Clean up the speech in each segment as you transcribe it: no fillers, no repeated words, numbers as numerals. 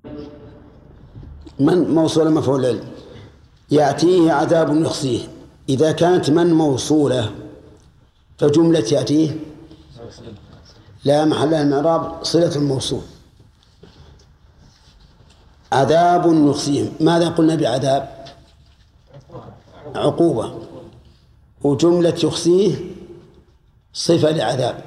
من موصولة مفعول علم. يأتيه عذاب يخزيه. إذا كانت من موصولة فجملة يأتيه لا محل لها من الإعراب، صلة الموصول. عذاب يخزيهم، ماذا قلنا بعذاب؟ عقوبة. وجملة يخزيه صفة لعذاب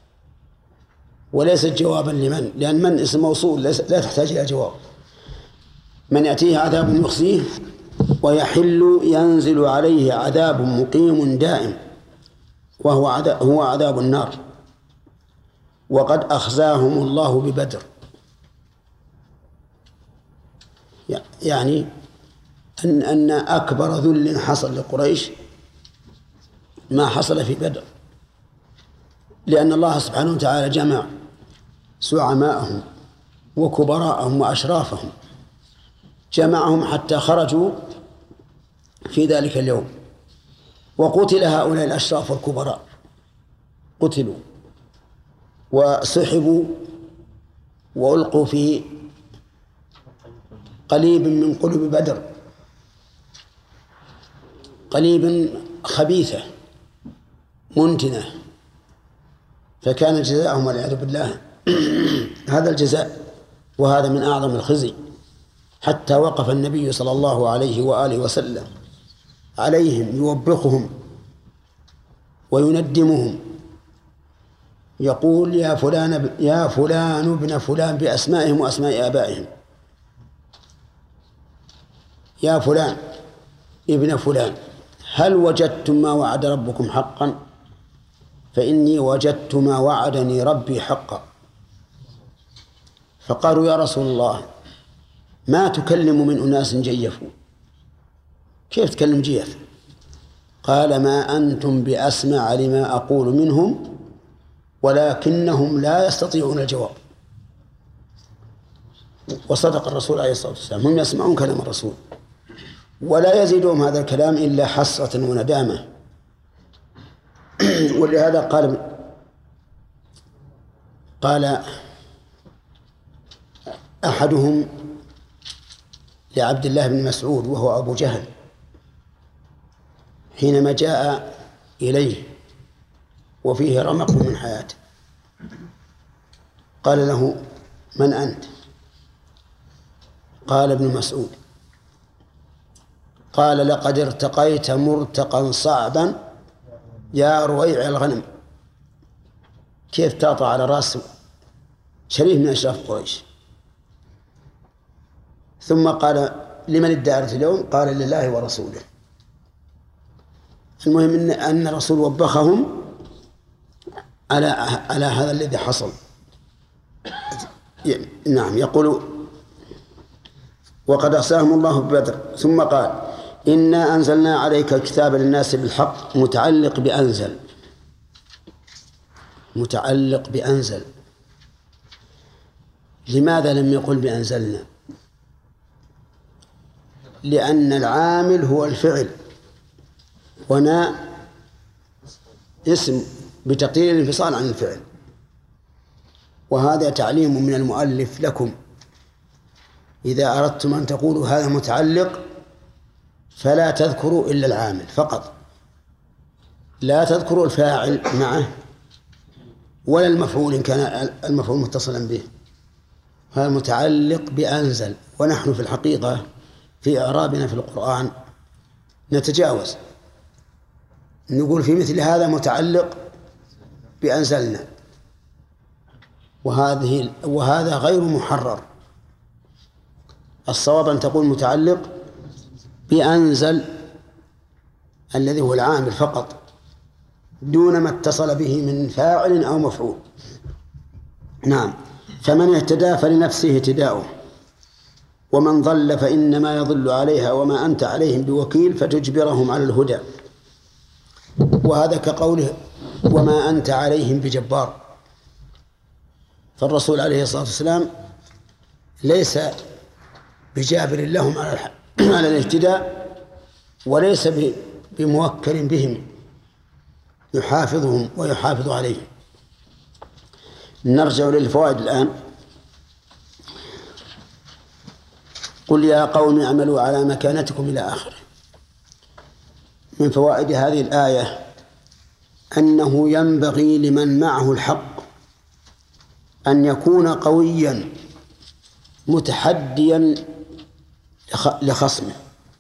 وليست جوابا لمن، لأن من اسم موصول لا تحتاج إلى جواب. من يأتيه عذاب يخزيه ويحل ينزل عليه عذاب مقيم دائم هو عذاب النار. وقد أخزاهم الله ببدر، يعني أن أكبر ذل حصل لقريش ما حصل في بدر، لأن الله سبحانه وتعالى جمع زعماءهم وكبراءهم وأشرافهم، جمعهم حتى خرجوا في ذلك اليوم، وقتل هؤلاء الأشراف والكبراء، قتلوا وسحبوا وألقوا في قليب من قلوب بدر، قليب خبيثة منتنة، فكان جزاءهم والعياذ بالله هذا الجزاء. وهذا من أعظم الخزي، حتى وقف النبي صلى الله عليه وآله وسلم عليهم يوبخهم ويندمهم، يقول يا فلان ابن فلان بأسمائهم وأسماء آبائهم، يا فلان ابن فلان هل وجدتم ما وعد ربكم حقا؟ فإني وجدت ما وعدني ربي حقا. فقالوا يا رسول الله ما تكلم من أناس جيفوا، كيف تكلم جيف؟ قال ما أنتم بأسمع لما أقول منهم ولكنهم لا يستطيعون الجواب. وصدق الرسول عليه الصلاة والسلام، هم يسمعون كلام الرسول ولا يزيدهم هذا الكلام إلا حسرة وندامة. ولهذا قال أحدهم لعبد الله بن مسعود وهو أبو جهل حينما جاء إليه وفيه رمق من حياته، قال له من أنت؟ قال ابن مسعود. قال لقد ارتقيت مرتقا صعبا يا رويع الغنم. كيف تطع على رأس شريف من أشراف قريش؟ ثم قال لمن الدائرة اليوم؟ قال لله ورسوله. المهم أن الرسول وبخهم على هذا الذي حصل. نعم، يقول وقد أخزاهم الله ببدر. ثم قال إنا أنزلنا عليك الكتاب للناس بالحق، متعلق بأنزل، متعلق بأنزل. لماذا لم يقل بأنزلنا؟ لأن العامل هو الفعل، هنا اسم بتقدير الانفصال عن الفعل. وهذا تعليم من المؤلف لكم، إذا أردتم أن تقولوا هذا متعلق فلا تذكروا إلا العامل فقط، لا تذكروا الفاعل معه ولا المفعول إن كان المفعول متصلا به. هذا متعلق بأنزل. ونحن في الحقيقة في إعرابنا في القرآن نتجاوز، نقول في مثل هذا متعلق بأنزلنا، وهذا غير محرر. الصواب أن تقول متعلق بأنزل الذي هو العامل فقط، دون ما اتصل به من فاعل أو مفعول. نعم. فمن اهتدى فلنفسه اهتداؤه، ومن ضل فإنما يضل عليها وما أنت عليهم بوكيل فتجبرهم على الهدى. وهذا كقوله وما أنت عليهم بجبار. فالرسول عليه الصلاة والسلام ليس بجابر لهم على الاهتداء، وليس بموكل بهم يحافظهم ويحافظ عليهم. نرجع للفوائد الآن. قل يا قوم اعملوا على مكانتكم إلى آخره. من فوائد هذه الآية أنه ينبغي لمن معه الحق أن يكون قويا متحديا لخصمه،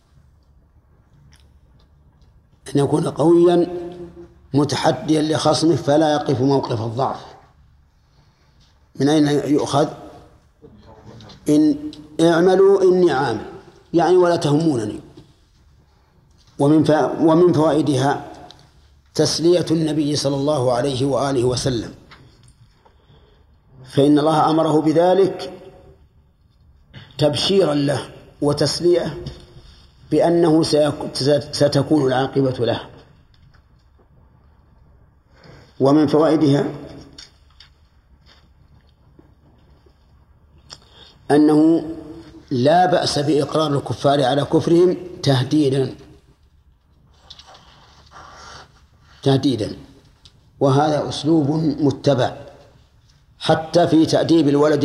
أن يكون قويا متحديا لخصمه فلا يقف موقف الضعف. من أين يؤخذ؟ إن اعملوا إني عامل، يعني ولا تهمونني. ومن فوائدها تسلية النبي صلى الله عليه وآله وسلم، فإن الله أمره بذلك تبشيرا له وتسلية بأنه ستكون العاقبة له. ومن فوائدها أنه لا بأس بإقرار الكفار على كفرهم تهديدا، وهذا أسلوب متبع حتى في تأديب الوالد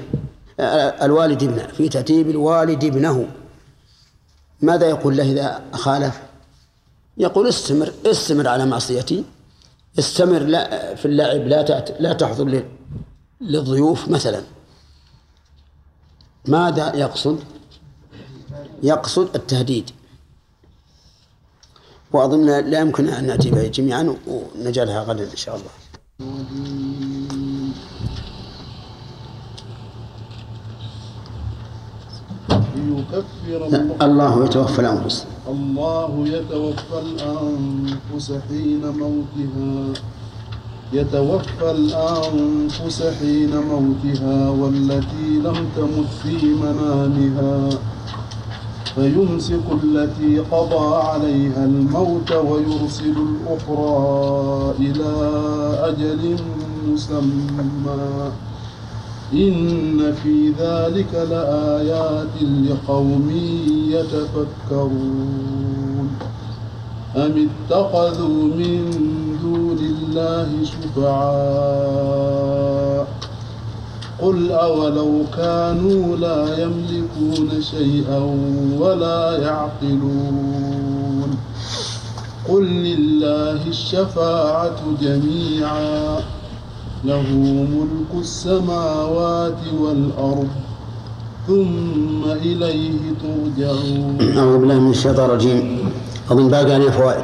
ابنه في تأديب الوالد ابنه. ماذا يقول له إذا خالف؟ يقول استمر على معصيتي، استمر في اللعب، لا تحضر للضيوف مثلا. ماذا يقصد التهديد. وأظن لا يمكن أن نأتي بها جميعا ونجعلها غدا إن شاء الله. الله يتوفى الأنفس حين موتها والتي لم تمت في منامها فيمسك التي قضى عليها الموت ويرسل الأخرى إلى أجل مسمى إن في ذلك لآيات لقوم يتفكرون أم اتخذوا من دون الله شفعاء قل أولو كانوا لا يملكون شيئا ولا يعقلون قل لله الشفاعة جميعا له ملك السماوات والأرض ثم إليه ترجعون. أعوذ بالله من الشيطان الرجيم. أظن باقي عليه فوائد.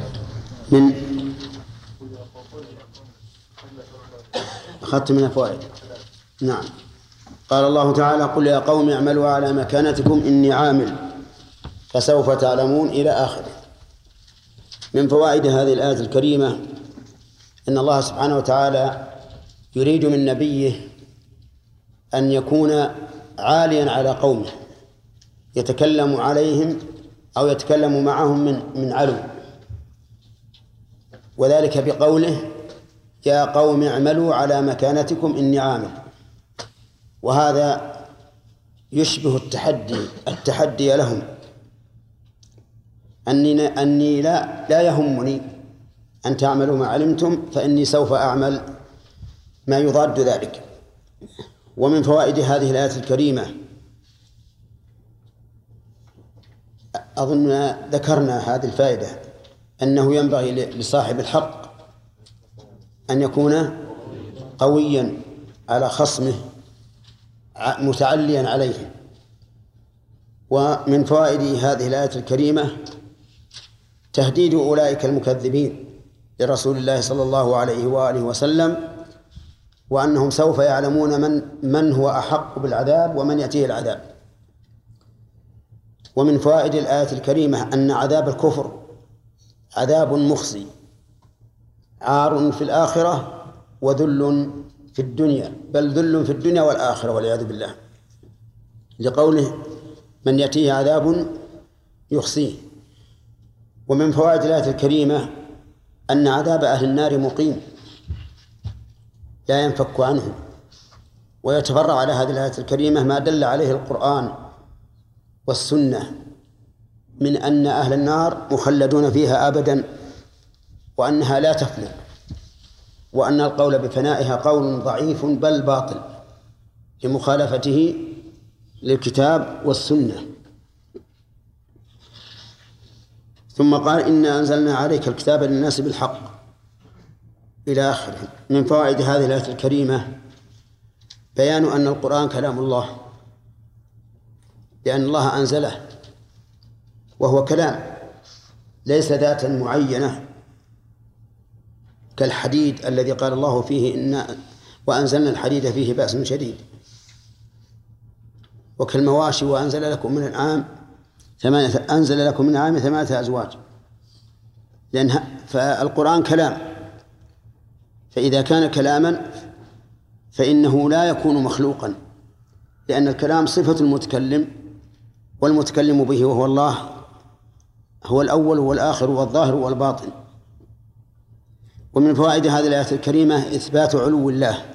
أخذت من الفوائد. نعم. قال الله تعالى قل يا قوم اعملوا على مكانتكم إني عامل فسوف تعلمون إلى آخره. من فوائد هذه الآية الكريمة أن الله سبحانه وتعالى يريد من نبيه أن يكون عاليا على قومه، يتكلم عليهم أو يتكلم معهم من علو، وذلك بقوله يا قوم اعملوا على مكانتكم إني عامل. وهذا يشبه التحدي لهم، أني لا يهمني أن تعملوا ما علمتم فإني سوف أعمل ما يضاد ذلك. ومن فوائد هذه الآية الكريمة أظن ذكرنا هذه الفائدة، أنه ينبغي لصاحب الحق أن يكون قويا على خصمه متعليا عليه. ومن فوائد هذه الآية الكريمة تهديد أولئك المكذبين لرسول الله صلى الله عليه وآله وسلم، وأنهم سوف يعلمون من هو أحق بالعذاب ومن يأتيه العذاب. ومن فوائد الآية الكريمة أن عذاب الكفر عذاب مخزي، عار في الآخرة وذل في الدنيا، بل ذل في الدنيا والآخرة والعياذ بالله، لقوله من يأتيه عذاب يخزيه. ومن فوائد الآية الكريمة أن عذاب أهل النار مقيم لا ينفك عنه. ويتفرع على هذه الآية الكريمة ما دل عليه القرآن والسنة من أن أهل النار مخلدون فيها أبدا، وأنها لا تفنى، وأن القول بفنائها قول ضعيف بل باطل لمخالفته للكتاب والسنة. ثم قال إنا أنزلنا عليك الكتاب للناس بالحق إلى آخره. من فوائد هذه الآية الكريمة بيان أن القرآن كلام الله، لأن الله أنزله وهو كلام ليس ذاتا معينة كالحديد الذي قال الله فيه إن وأنزلنا الحديد فيه بأس شديد، وكالمواشي وأنزل لكم من الأنعام ثمانية أزواج، فالقرآن كلام، فإذا كان كلاما فإنه لا يكون مخلوقا، لأن الكلام صفة المتكلم، والمتكلم به وهو الله هو الأول والآخر والظاهر والباطن. ومن فوائد هذه الآية الكريمة إثبات علو الله.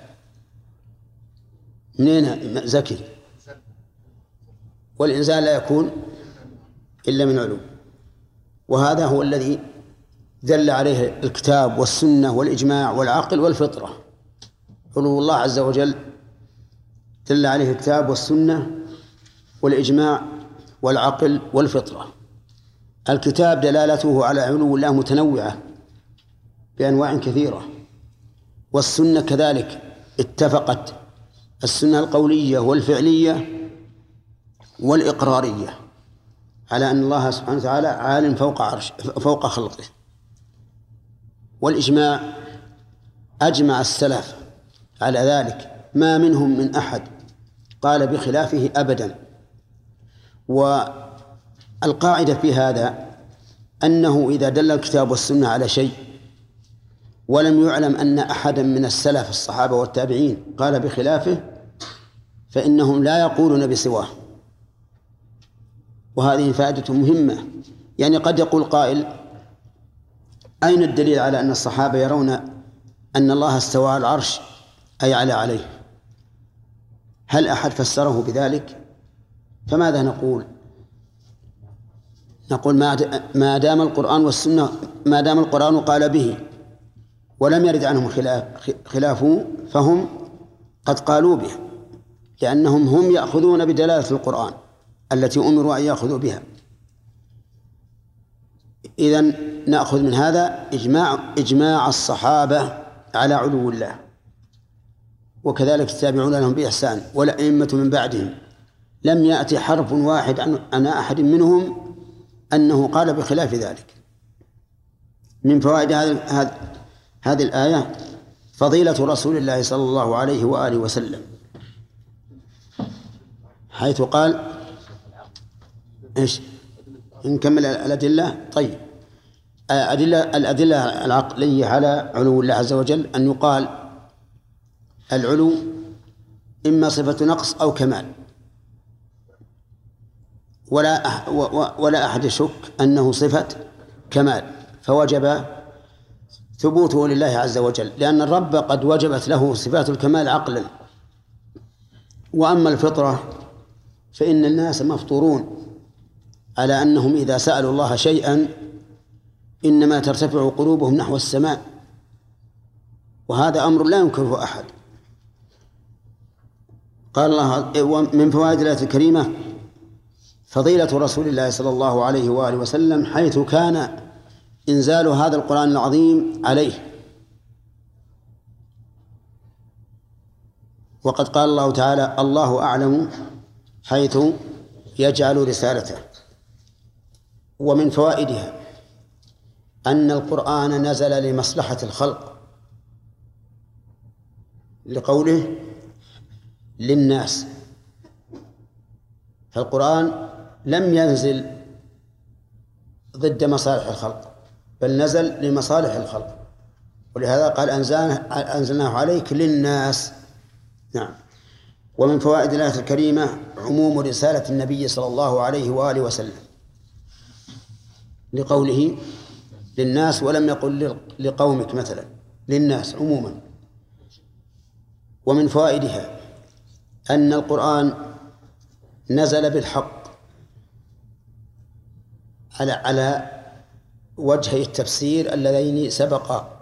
منين زكي؟ والإنزال لا يكون إلا من علو، وهذا هو الذي دل عليه الكتاب والسنة والإجماع والعقل والفطرة. علو الله عز وجل دل عليه الكتاب والسنة والإجماع والعقل والفطرة. الكتاب دلالته على علو الله متنوعة بأنواع كثيرة، والسنة كذلك اتفقت السنة القولية والفعلية والإقرارية على أن الله سبحانه وتعالى عال فوق خلقه. والإجماع أجمع السلف على ذلك، ما منهم من أحد قال بخلافه أبدا. والقاعدة في هذا أنه إذا دل الكتاب والسنة على شيء ولم يعلم أن أحدا من السلف الصحابة والتابعين قال بخلافه فإنهم لا يقولون بسواه. وهذه فائدة مهمة. يعني قد يقول قائل: أين الدليل على أن الصحابة يرون أن الله استوى على العرش أي عليه؟ هل أحد فسره بذلك؟ فماذا نقول؟ نقول ما دام القرآن والسنة، ما دام القرآن قال به ولم يرد عنهم خلافه فهم قد قالوا به، لأنهم هم يأخذون بدلالة القرآن التي أمروا أن يأخذوا بها. إذن نأخذ من هذا إجماع الصحابة على علو الله، وكذلك التابعون لهم بإحسان والأئمة من بعدهم. لم يأتي حرف واحد عن أحد منهم أنه قال بخلاف ذلك. من فوائد هذه الآية فضيلة رسول الله صلى الله عليه وآله وسلم، حيث قال إيش؟ نكمل الأدلة. طيب، الأدلة العقلية على علو الله عز وجل أن يقال العلو إما صفة نقص أو كمال، ولا أحد يشك أنه صفة كمال، فوجب ثبوته لله عز وجل، لأن الرب قد وجبت له صفات الكمال عقلا. وأما الفطرة فإن الناس مفطورون على أنهم إذا سألوا الله شيئا إنما ترتفع قلوبهم نحو السماء، وهذا أمر لا ينكره أحد. قال الله: ومن فوائد الآية الكريمة فضيلة رسول الله صلى الله عليه وآله وسلم، حيث كان إنزال هذا القرآن العظيم عليه. وقد قال الله تعالى: الله أعلم حيث يجعل رسالته. ومن فوائدها أن القرآن نزل لمصلحة الخلق، لقوله للناس، فالقرآن لم ينزل ضد مصالح الخلق، بل نزل لمصالح الخلق، ولهذا قال أنزلناه عليك للناس. نعم. ومن فوائد الآية الكريمة عموم رسالة النبي صلى الله عليه وآله وسلم، لقوله للناس ولم يقل لقومك مثلا، للناس عموما. ومن فوائدها أن القرآن نزل بالحق على وجه التفسير اللذين سبقا،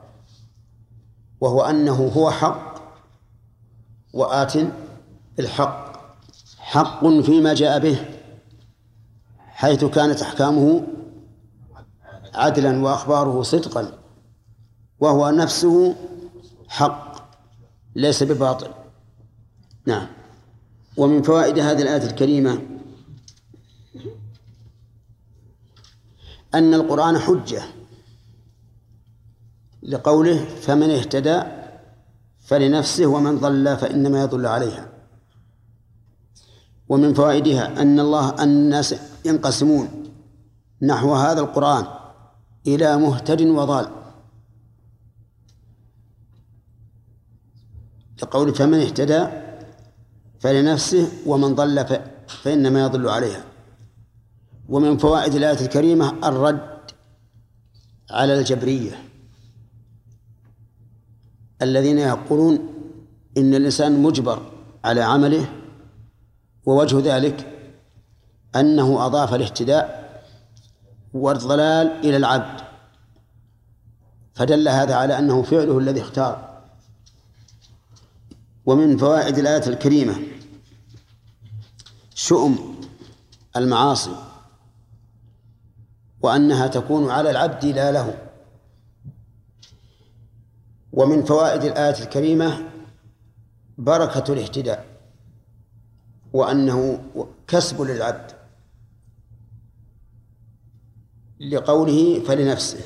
وهو أنه هو حق وآت الحق، حق فيما جاء به، حيث كانت أحكامه عدلا وأخباره صدقا، وهو نفسه حق ليس بباطل. نعم. ومن فوائد هذه الآية الكريمة أن القرآن حجة، لقوله فمن اهتدى فلنفسه ومن ضل فإنما يضل عليها. ومن فوائدها أن الناس ينقسمون نحو هذا القرآن إلى مهتد وضال، لقوله فمن اهتدى فلنفسه ومن ضل فإنما يضل عليها. ومن فوائد الآية الكريمة الرد على الجبرية الذين يقولون إن الإنسان مجبر على عمله، ووجه ذلك أنه أضاف الاهتداء والضلال إلى العبد، فدل هذا على أنه فعله الذي اختار. ومن فوائد الآية الكريمة شؤم المعاصي، وأنها تكون على العبد لا له. ومن فوائد الآية الكريمة بركة الاهتداء، وأنه كسب للعبد، لقوله فلنفسه.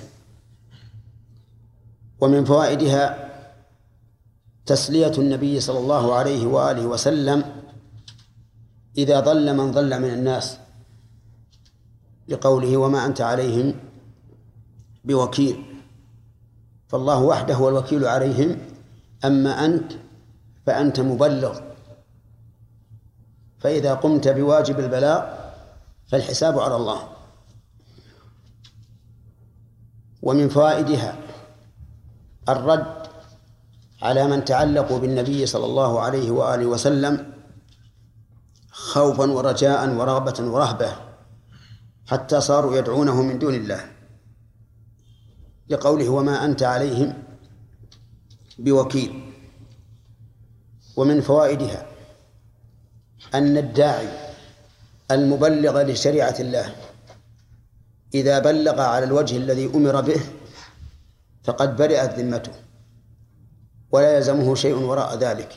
ومن فوائدها تسلية النبي صلى الله عليه وآله وسلم إذا ضل من ضل من الناس، لقوله وما أنت عليهم بوكيل، فالله وحده هو الوكيل عليهم، أما أنت فأنت مبلغ، فإذا قمت بواجب البلاغ فالحساب على الله. ومن فوائدها الرد على من تعلقوا بالنبي صلى الله عليه وآله وسلم خوفا ورجاء ورغبة ورهبة، حتى صاروا يدعونه من دون الله، لقوله وما أنت عليهم بوكيل. ومن فوائدها أن الداعي المبلغ لشريعة الله إذا بلغ على الوجه الذي أمر به فقد برئت ذمته، ولا يلزمه شيء وراء ذلك.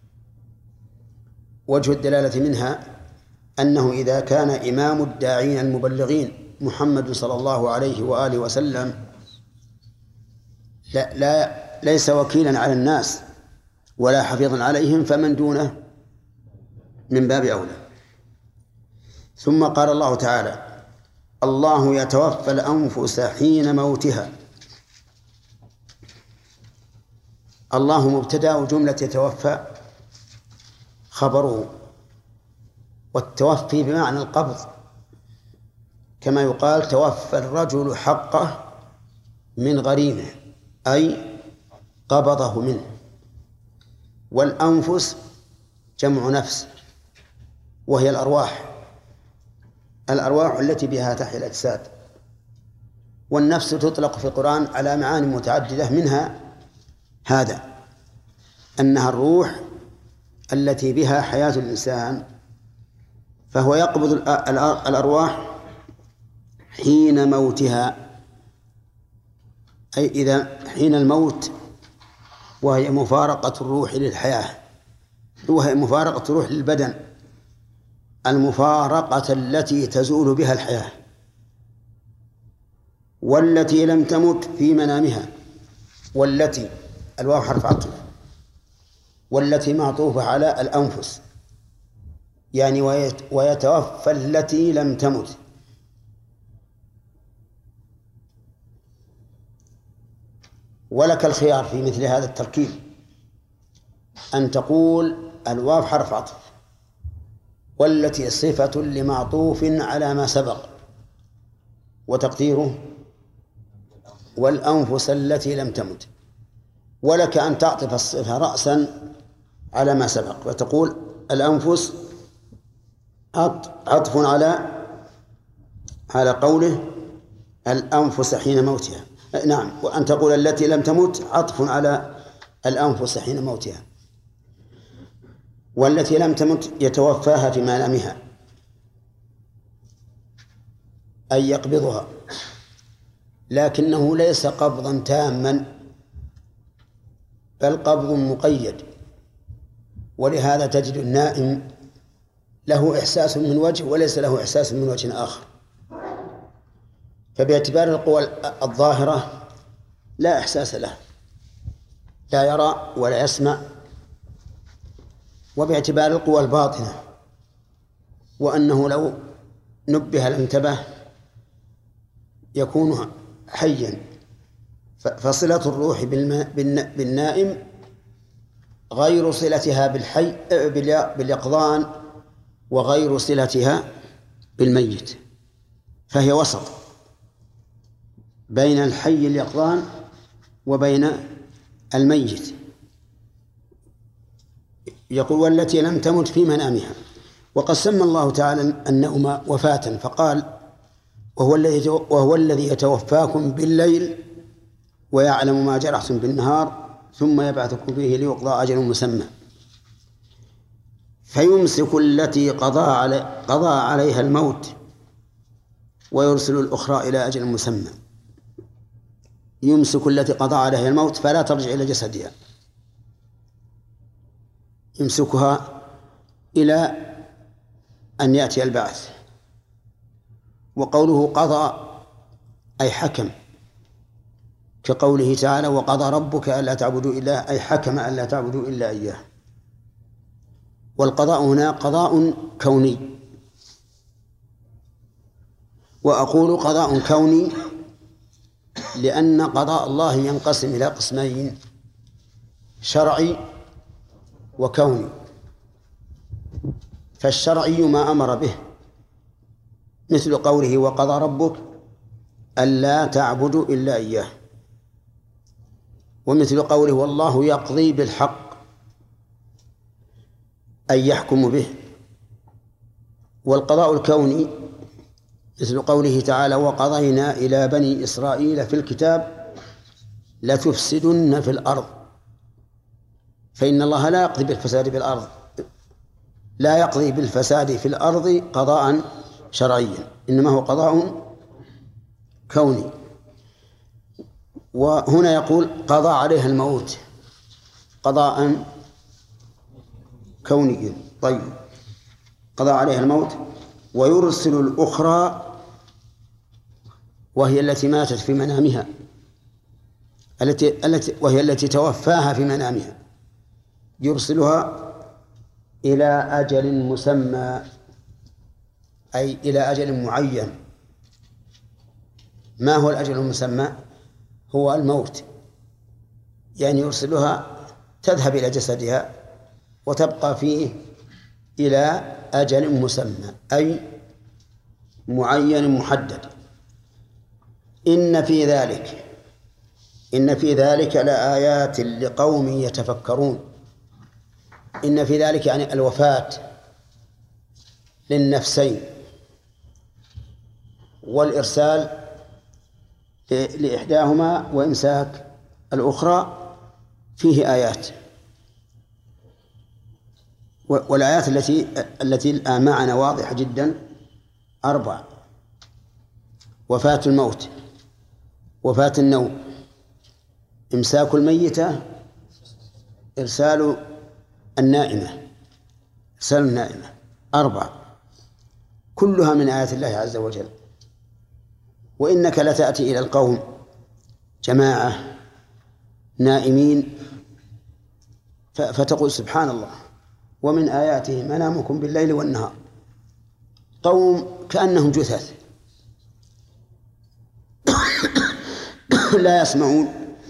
وجه الدلالة منها أنه إذا كان إمام الداعين المبلغين محمد صلى الله عليه وآله وسلم ليس وكيلا على الناس ولا حفيظا عليهم، فمن دونه من باب أولى. ثم قال الله تعالى الله يتوفى الأنفس حين موتها. الله مبتدأ وجملة يتوفى خبره، والتوفي بمعنى القبض، كما يقال توفى الرجل حقه من غريمه، أي قبضه منه. والأنفس جمع نفس، وهي الأرواح التي بها تحيا الأجساد. والنفس تطلق في القرآن على معاني متعددة، منها هذا أنها الروح التي بها حياة الإنسان، فهو يقبض الأرواح حين موتها، أي إذا حين الموت، وهي مفارقة الروح للحياة، وهي مفارقة الروح للبدن، المفارقة التي تزول بها الحياة. والتي لم تمت في منامها، والتي الواو حرف عطف، والتي معطوفة على الأنفس، يعني ويتوفى التي لم تمت. ولك الخيار في مثل هذا التركيب أن تقول الواو حرف عطف والتي صفة لمعطوف على ما سبق، وتقديره والأنفس التي لم تمت. ولك أن تعطف الصفة رأسا على ما سبق، وتقول الأنفس عطف على قوله الأنفس حين موتها. نعم، وأن تقول التي لم تمت عطف على الأنفس حين موتها. والتي لم تمت يتوفاها في منامها، أي يقبضها، لكنه ليس قبضا تاما بل قبض مقيد. ولهذا تجد النائم له إحساس من وجه وليس له إحساس من وجه آخر. فباعتبار القوى الظاهرة لا إحساس له، لا يرى ولا يسمع. وباعتبار القوى الباطنة وأنه لو نبه لانتبه يكون حيا. فصلة الروح بالنائم غير صلتها بالحي باليقظان وغير صلتها بالميت، فهي وسط بين الحي اليقظان وبين الميت. يقول والتي لم تمت في منامها. وقد سمى الله تعالى النوم وفاة فقال وهو الذي يتوفاكم بالليل ويعلم ما جرحتم بالنهار ثم يبعثكم فيه ليقضى أجل مسمى. فيمسك التي قضى عليها الموت ويرسل الأخرى إلى أجل مسمى. يمسك التي قضى عليها الموت فلا ترجع إلى جسدها، يمسكها إلى أن يأتي البعث. وقوله قضى أي حكم، كقوله تعالى وقضى ربك ألا تعبدوا إلا، أي حكم ألا تعبدوا إلا إياه. والقضاء هنا قضاء كوني. وأقول قضاء كوني لأن قضاء الله ينقسم إلى قسمين: شرعي وكوني. فالشرعي ما أمر به مثل قوله وقضى ربك ألا تعبدوا إلا إياه، ومثل قوله والله يقضي بالحق أي يحكم به. والقضاء الكوني مثل قوله تعالى وقضينا إلى بني إسرائيل في الكتاب لتفسدن في الأرض، فإن الله لا يقضي بالفساد في الأرض، لا يقضي بالفساد في الأرض قضاء شرعيا، إنما هو قضاء كوني. وهنا يقول قضى عليها الموت قضاء كونيا. طيب، قضى عليها الموت ويرسل الأخرى وهي التي ماتت في منامها، وهي التي توفاها في منامها، يرسلها إلى أجل مسمى، أي إلى أجل معين. ما هو الأجل المسمى؟ هو الموت، يعني يرسلها تذهب إلى جسدها وتبقى فيه إلى أجل مسمى، أي معين محدد. إن في ذلك لآيات لقوم يتفكرون. إن في ذلك يعني الوفاة للنفسين والإرسال لإحداهما وإمساك الأخرى فيه آيات. والآيات التي الآن معنا واضحة جدا 4: وفاة الموت، وفاة النوم، إمساك الميتة، إرسال النائمة، 4 كلها من آيات الله عز وجل. وإنك لتأتي إلى القوم جماعة نائمين فتقول سبحان الله ومن آياته منامكم بالليل والنهار، قوم كأنهم جثث لا يسمعون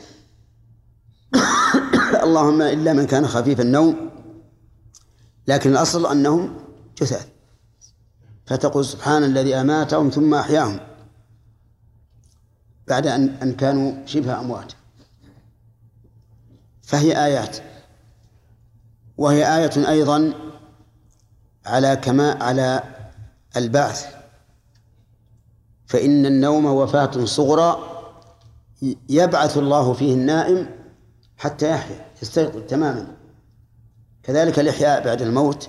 اللهم إلا من كان خفيف النوم، لكن الأصل أنهم جثث. فتقول سبحان الذي أماتهم ثم أحياهم بعد أن كانوا شبه أموات. فهي آيات. وهي آية أيضا على البعث، فإن النوم وفاة صغرى يبعث الله فيه النائم حتى يحيا يستيقظ تماما. كذلك الإحياء بعد الموت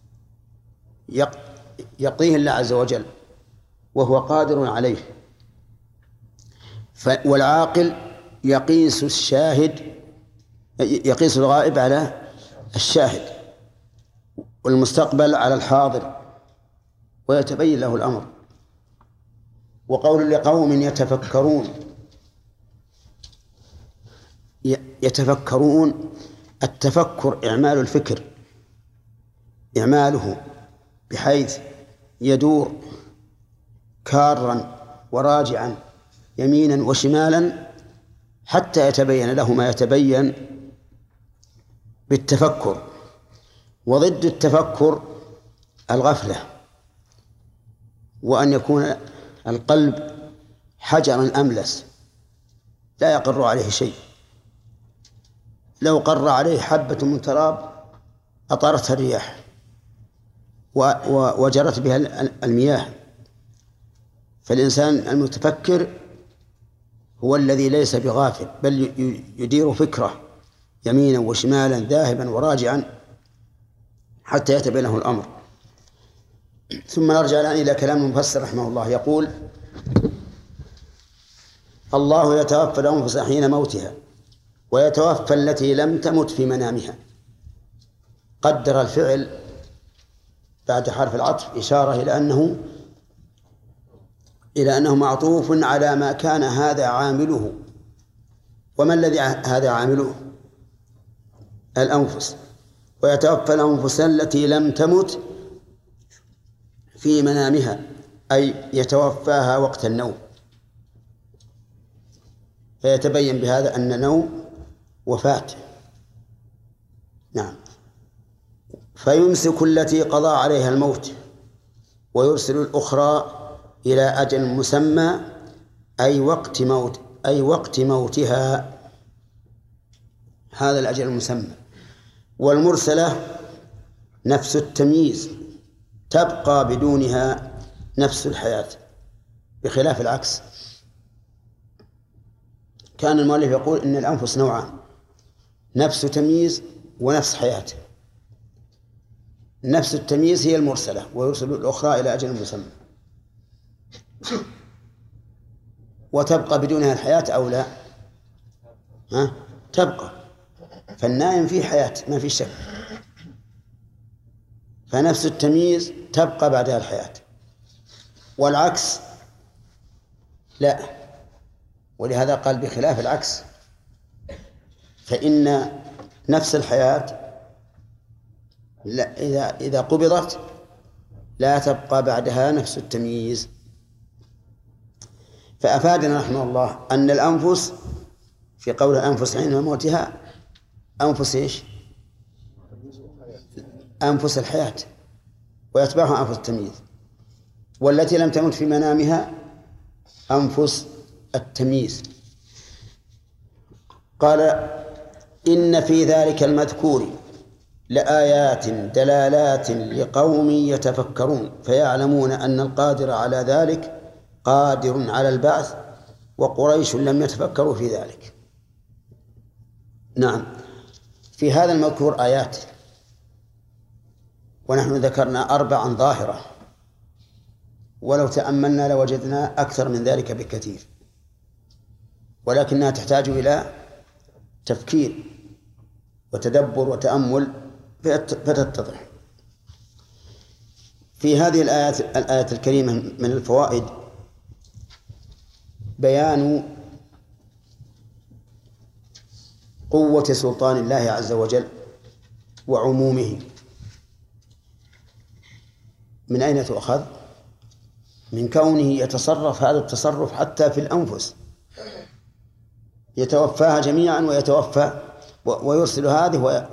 يقضيه الله عز وجل وهو قادر عليه. والعاقل يقيس الغائب على الشاهد والمستقبل على الحاضر ويتبين له الأمر. وقول لقوم يتفكرون التفكر إعمال الفكر، إعماله بحيث يدور كارا وراجعا يمينا وشمالا حتى يتبين له ما يتبين بالتفكر. وضد التفكر الغفلة، وأن يكون القلب حجرا أملس لا يقر عليه شيء، لو قر عليه حبة من تراب أطارتها الرياح وجرت بها المياه. فالإنسان المتفكر هو الذي ليس بغافل، بل يدير فكره يمينا وشمالا ذاهبا وراجعا حتى يتبين له الأمر. ثم نرجع الآن إلى كلام المفسر رحمه الله، يقول: الله يتوفى الأنفس حين موتها ويتوفى التي لم تمت في منامها. قدر الفعل بعد حرف العطف إشارة إلى أنه معطوف على ما كان هذا عامله. وما الذي هذا عامله؟ الأنفس. ويتوفى الأنفس التي لم تمت في منامها، أي يتوفاها وقت النوم. فيتبين بهذا أن النوم وفاة. نعم. فيمسك التي قضى عليها الموت ويرسل الأخرى إلى أجل مسمى، أي وقت موتها، هذا الأجل المسمى. والمرسلة نفس التمييز تبقى بدونها نفس الحياة، بخلاف العكس. كان المؤلف يقول إن الأنفس نوعان: نفس تمييز ونفس حياة. نفس التمييز هي المرسلة، ويرسل الأخرى إلى أجل مسمى. وتبقى بدونها الحياة أو لا؟ تبقى. فالنائم فيه حياة ما في شك، فنفس التمييز تبقى بعدها الحياة، والعكس لا. ولهذا قال بخلاف العكس، فإن نفس الحياة لا إذا قبضت لا تبقى بعدها نفس التمييز. فأفادنا رحمه الله أن الأنفس في قول الأنفس حين موتها أنفس إيش؟ أنفس الحياة، ويتبعها أنفس التمييز. والتي لم تمت في منامها أنفس التمييز. قال: إن في ذلك المذكور لآيات دلالات لقوم يتفكرون فيعلمون أن القادر على ذلك قادر على البعث، وقريش لم يتفكروا في ذلك. نعم، في هذا المذكور آيات، ونحن ذكرنا 4 ظاهرة، ولو تأملنا لوجدنا أكثر من ذلك بكثير، ولكنها تحتاج إلى تفكير وتدبر وتأمل فتتضح. في هذه الآية الكريمة من الفوائد بيان قوة سلطان الله عز وجل وعمومه. من أين تؤخذ؟ من كونه يتصرف هذا التصرف حتى في الأنفس، يتوفاها جميعا ويرسل هذه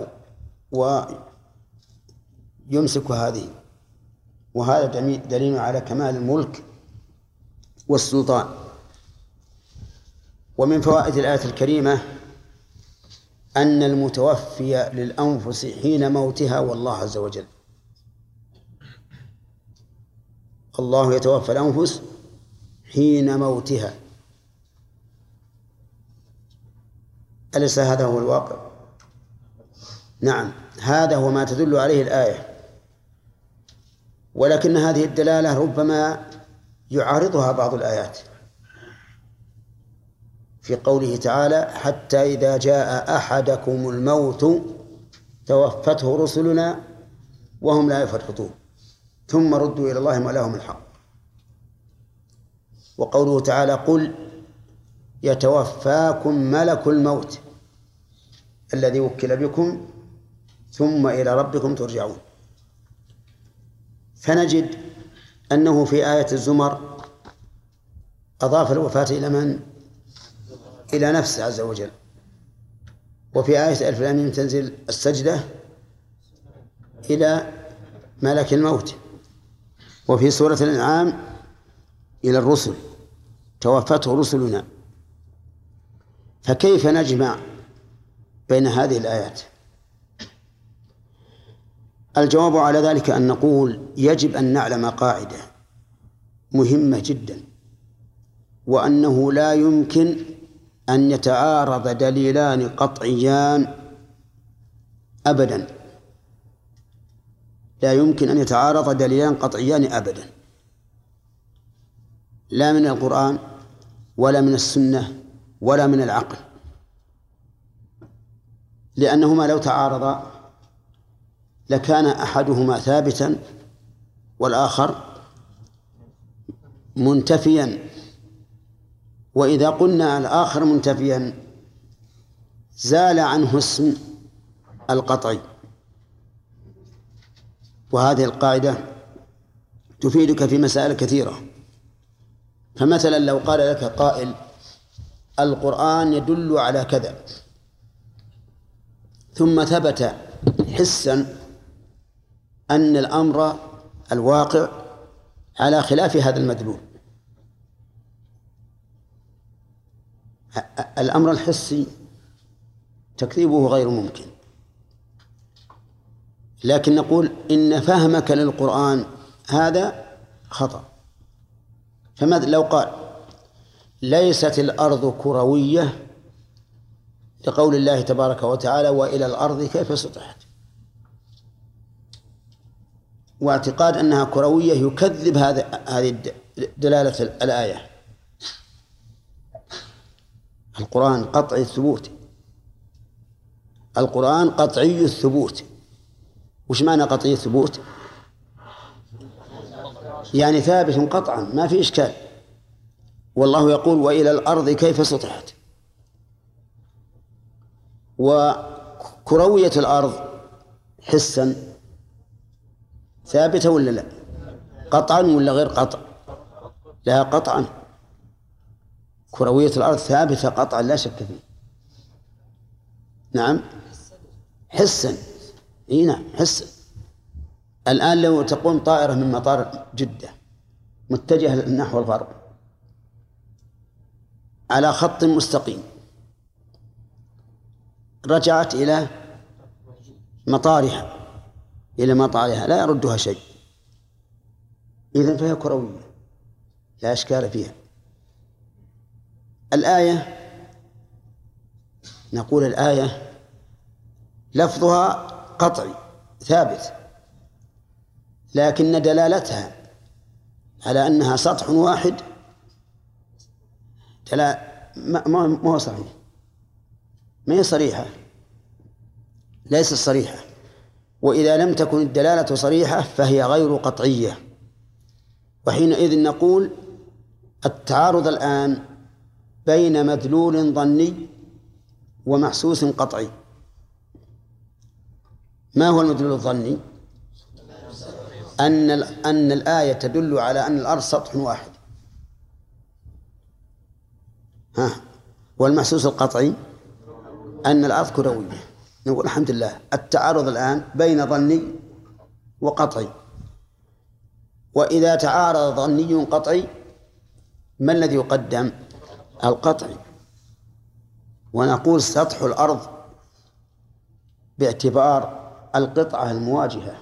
ويمسك هذه. وهذا دليل على كمال الملك والسلطان. ومن فوائد الآية الكريمة أن المتوفي للأنفس حين موتها والله عز وجل. الله يتوفى الأنفس حين موتها، أليس هذا هو الواقع؟ نعم، هذا هو ما تدل عليه الآية، ولكن هذه الدلالة ربما يعارضها بعض الآيات في قوله تعالى: حتى إذا جاء أحدكم الموت توفته رسلنا وهم لا يفرطون ثم ردوا إلى الله مولاهم الحق. وقوله تعالى: قل يتوفاكم ملك الموت الذي وكل بكم ثم إلى ربكم ترجعون. فنجد أنه في آية الزمر أضاف الوفاة إلى من؟ إلى نفسه عز وجل. وفي آية ألف لام ميم تنزل السجدة إلى ملك الموت. وفي سورة الأنعام إلى الرسل توفته رسلنا. فكيف نجمع بين هذه الآيات؟ الجواب على ذلك أن نقول يجب أن نعلم قاعدة مهمة جدا، وأنه لا يمكن أن يتعارض دليلان قطعيان أبدا. لا يمكن أن يتعارض دليلان قطعيان أبدا، لا من القرآن ولا من السنة ولا من العقل، لأنهما لو تعارضا لكان أحدهما ثابتا والآخر منتفيا، وإذا قلنا الآخر منتفيا زال عنه اسم القطعي. وهذه القاعدة تفيدك في مسائل كثيرة. فمثلا لو قال لك قائل: القرآن يدل على كذا، ثم ثبت حسا أن الأمر الواقع على خلاف هذا المدلول. الأمر الحسي تكذيبه غير ممكن، لكن نقول إن فهمك للقرآن هذا خطأ. فماذا لو قال: ليست الأرض كروية لقول الله تبارك وتعالى: وإلى الأرض كيف سطحت؟ واعتقاد أنها كروية يكذب هذه دلالة الآية. القرآن قطعي الثبوت، القرآن قطعي الثبوت. وش معنى قطعي الثبوت؟ يعني ثابت قطعا ما في إشكال. والله يقول: وإلى الأرض كيف سطحت. وكروية الأرض حسا ثابتة ولا لا؟ قطعا ولا غير قطع؟ لا، قطعا. كروية الأرض ثابتة قطعا لا شك فيه. نعم، حسا. إيه نعم، حسا. الآن لو تقوم طائرة من مطار جدة متجهة نحو الغرب على خط مستقيم، رجعت إلى مطارها لا يردها شيء، إذن فهي كروية لا إشكال فيها. الآية نقول الآية لفظها قطعي ثابت، لكن دلالتها على أنها سطح واحد ما هو صحيح، ما هي صريحة، ليست صريحة. وإذا لم تكن الدلالة صريحة فهي غير قطعية، وحينئذ نقول التعارض الآن بين مدلول ظني ومحسوس قطعي. ما هو المدلول الظني؟ أن الآية تدل على أن الأرض سطح واحد، والمحسوس القطعي أن الأرض كروية. نقول الحمد لله التعارض الآن بين ظني وقطعي. وإذا تعارض ظني قطعي ما الذي يقدم؟ القطعي. ونقول سطح الأرض باعتبار القطعة المواجهة،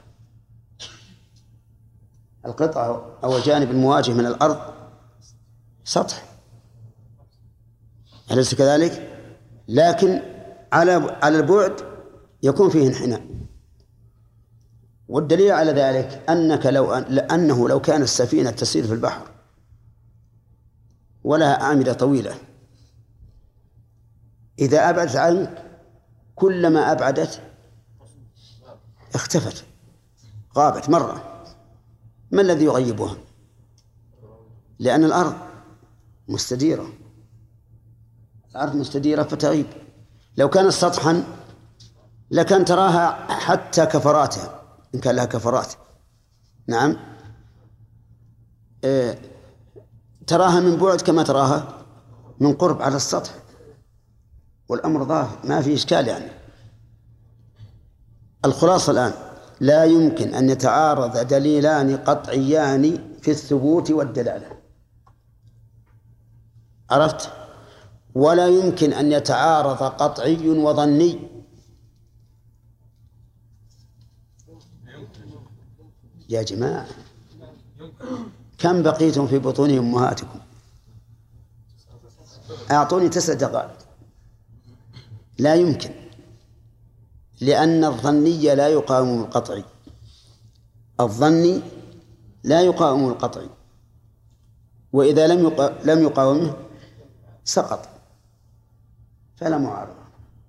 القطعة أو الجانب المواجه من الأرض سطح، أليس كذلك؟ لكن على البعد يكون فيه انحناء. والدليل على ذلك أنه لو كانت السفينة تسير في البحر ولها أعمدة طويلة، إذا أبعدت عنك كلما أبعدت اختفت، غابت مرة. ما الذي يغيبها؟ لأن الأرض مستديرة، الأرض مستديرة فتغيب. لو كانت سطحا لكان تراها حتى كفراتها، إن كان لها كفرات، نعم، تراها من بعد كما تراها من قرب على السطح، والأمر ظاهر ما في إشكال. يعني الخلاصة الآن لا يمكن أن يتعارض دليلان قطعيان في الثبوت والدلالة، عرفت؟ ولا يمكن أن يتعارض قطعي وظني. يا جماعة كم بقيتم في بطون أمهاتكم؟ أعطوني 9 دقائق. لا يمكن، لأن الظني لا يقاوم القطعي، الظني لا يقاوم القطعي، وإذا لم يقاومه سقط، فلا معارضة.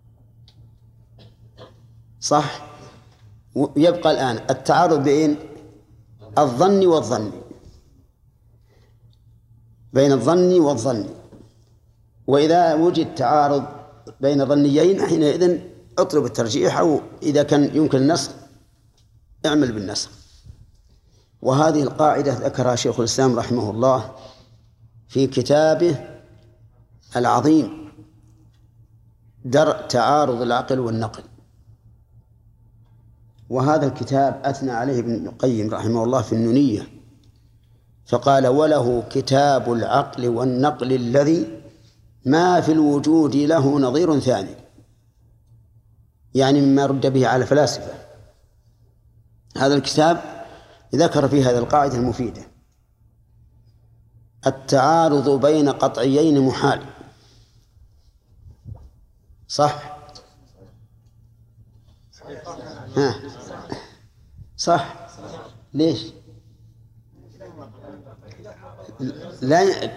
صح؟ يبقى الآن التعارض بين الظن والظن، بين الظن والظن. وإذا وجد تعارض بين ظنيين حينئذ اطلب الترجيح، أو إذا كان يمكن النسخ اعمل بالنسخ. وهذه القاعدة ذكرها شيخ الإسلام رحمه الله في كتابه العظيم درء تعارض العقل والنقل. وهذا الكتاب أثنى عليه ابن القيم رحمه الله في النونية، فقال: وله كتاب العقل والنقل الذي ما في الوجود له نظير ثاني، يعني مما رد به على الفلاسفة. هذا الكتاب ذكر فيه هذه القاعدة المفيدة: التعارض بين قطعيين محال. صح؟ ها صح. ليش؟ لا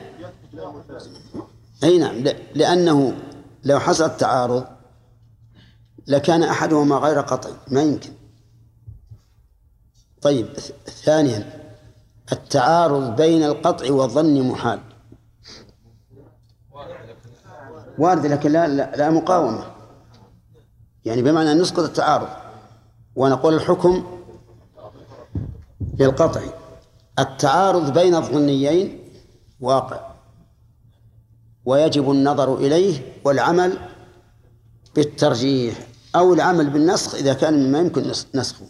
أي نعم، لأنه لو حصل التعارض لكان أحدهما غير قطعي، ما يمكن. طيب، ثانيا التعارض بين القطع والظن محال، وارد لكن لا مقاومة، يعني بمعنى أن نسقط التعارض ونقول الحكم للقطع. التعارض بين الظنيين واقع، ويجب النظر إليه والعمل بالترجيح أو العمل بالنسخ إذا كان مما يمكن نسخه.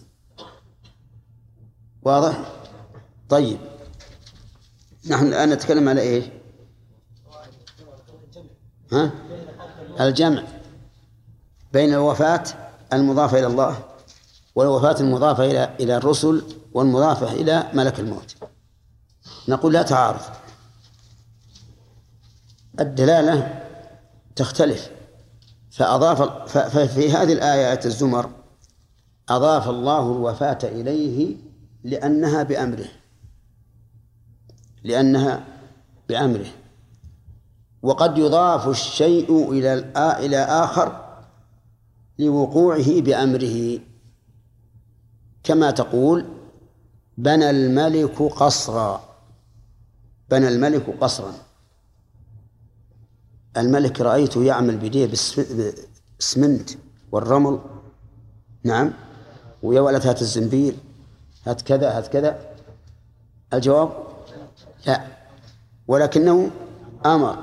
واضح؟ طيب، نحن الآن نتكلم على إيه؟ الجمع بين الوفاة المضافة إلى الله والوفاة المضافة إلى الرسل والمضافة إلى ملك الموت. نقول لا تعارض، الدلالة تختلف. ففي هذه الآية الزمر أضاف الله الوفاة إليه لأنها بأمره، وقد يضاف الشيء إلى آخر لوقوعه بأمره، كما تقول: بنى الملك قصرا. بنى الملك قصرا، الملك رأيته يعمل بيديه بالسمنت والرمل، نعم، ويا ولد هات الزنبيل، هات كذا هات كذا. الجواب لا، ولكنه أمر.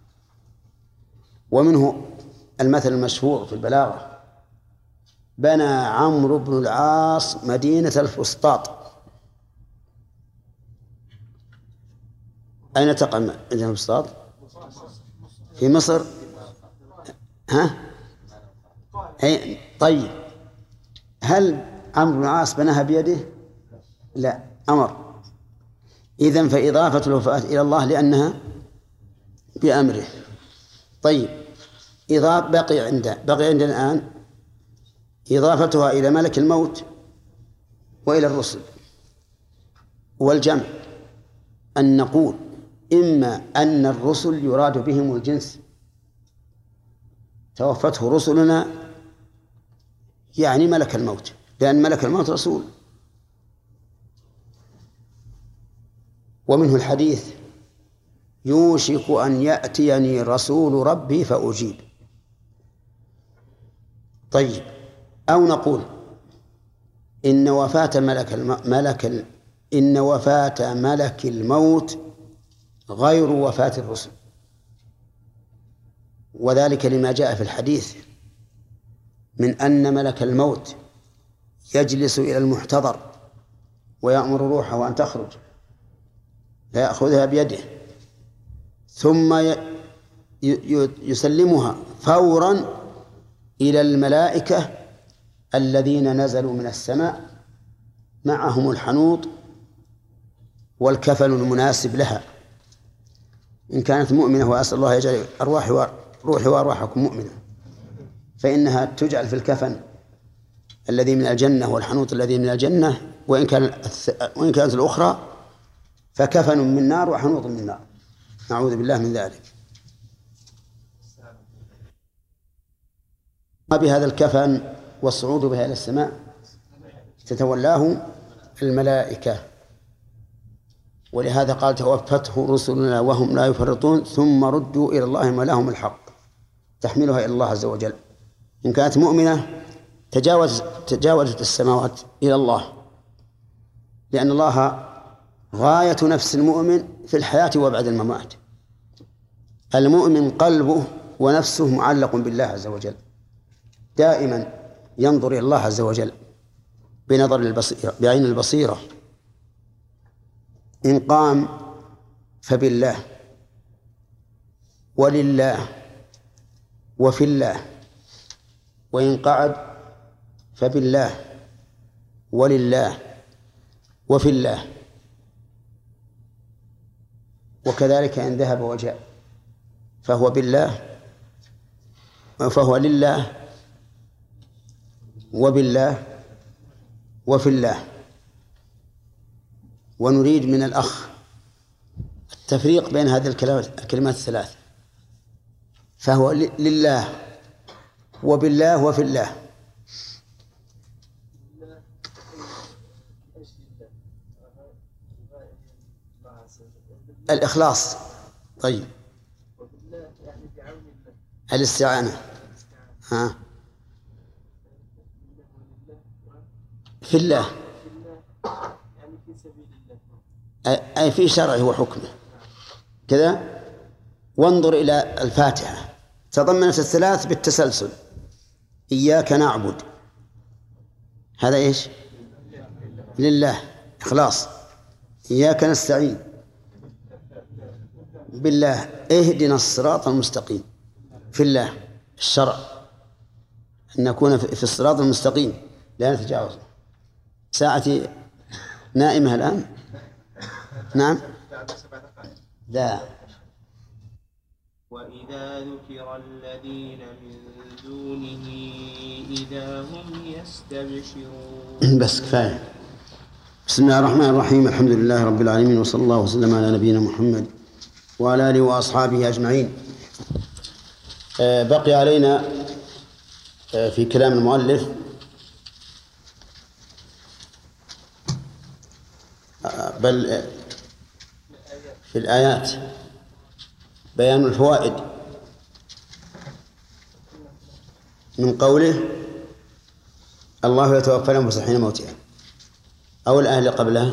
ومنه المثل المشهور في البلاغة: بنى عمرو بن العاص مدينة الفسطاط. أين تقع مدينة الفسطاط؟ في مصر. طيب، هل عمرو بن العاص بناها بيده؟ لا، أمر. إذن فإضافة الوفاة إلى الله لأنها بأمره. طيب، بقي عندنا الآن إضافتها إلى ملك الموت وإلى الرسل. والجمع أن نقول إما أن الرسل يراد بهم الجنس، توفته رسلنا يعني ملك الموت، لأن ملك الموت رسول. ومنه الحديث يوشك أن يأتيني رسول ربي فأجيب. طيب، أو نقول إن وفاة ملك الموت غير وفاة الرسل، وذلك لما جاء في الحديث من أن ملك الموت يجلس إلى المحتضر ويأمر روحه أن تخرج فيأخذها بيده ثم يسلمها فورا إلى الملائكة الذين نزلوا من السماء معهم الحنوط والكفن المناسب لها إن كانت مؤمنة، وأسأل الله يجعل روحي وأرواحكم مؤمنة، فإنها تجعل في الكفن الذي من الجنة والحنوط الذي من الجنة، وإن كانت الأخرى فكفن من نار وحنوط من نار، نعوذ بالله من ذلك. بهذا الكفن والصعود بها إلى السماء تتولاه الملائكة، ولهذا قال توفته رسلنا وهم لا يفرطون ثم ردوا إلى الله ما لهم الحق، تحملها إلى الله عز وجل. إن كانت مؤمنة تجاوزت السماوات إلى الله، لأن الله غاية نفس المؤمن في الحياة وبعد الممات. المؤمن قلبه ونفسه معلق بالله عز وجل، دائما ينظر إلى الله عز وجل بنظر البصيرة، بعين البصيرة. إن قام فبالله ولله وفي الله، وإن قعد فبالله ولله وفي الله، وكذلك إن ذهب وجاء فهو بالله فهو لله وبالله وفي الله. ونريد من الأخ التفريق بين هذه الكلمات الثلاث، فهو لله وبالله وفي الله. الإخلاص. طيب، الاستعانة في الله، أي في شرعه وحكمه كذا. وانظر إلى الفاتحة، تضمنت الثلاث بالتسلسل: إياك نعبد، هذا إيش؟ لله، إخلاص. إياك نستعين، بالله. اهدنا الصراط المستقيم، في الله، الشرع أن نكون في الصراط المستقيم لا نتجاوز. ساعتي نائمة الآن. نعم. لا. وإذا ذكر الذين من دونه إذا هم يستبشرون. بس كفاية. بسم الله الرحمن الرحيم، الحمد لله رب العالمين، وصلى الله وسلم على نبينا محمد وعلى آله وأصحابه أجمعين. بقي علينا في كلام المؤلف بل في الآيات بيان الفوائد من قوله الله يتوفى الأنفس حين موتها، أو الآية اللي قبلها.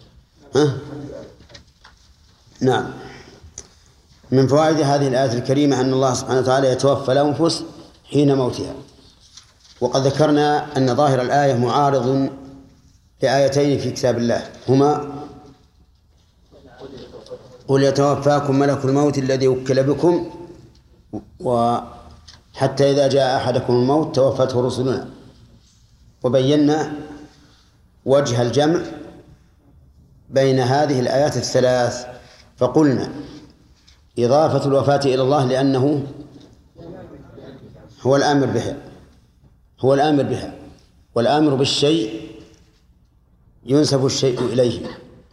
نعم. من فوائد هذه الآية الكريمة أن الله سبحانه وتعالى يتوفى الأنفس حين موتها. وقد ذكرنا أن ظاهر الآية معارض لآيتين في كتاب الله، هما: قل يتوفاكم ملك الموت الذي وكل بكم، وحتى إذا جاء أحدكم الموت توفته رسلنا. وبينا وجه الجمع بين هذه الآيات الثلاث، فقلنا إضافة الوفاة إلى الله لأنه هو الآمر بها والآمر بالشيء ينسب الشيء إليه.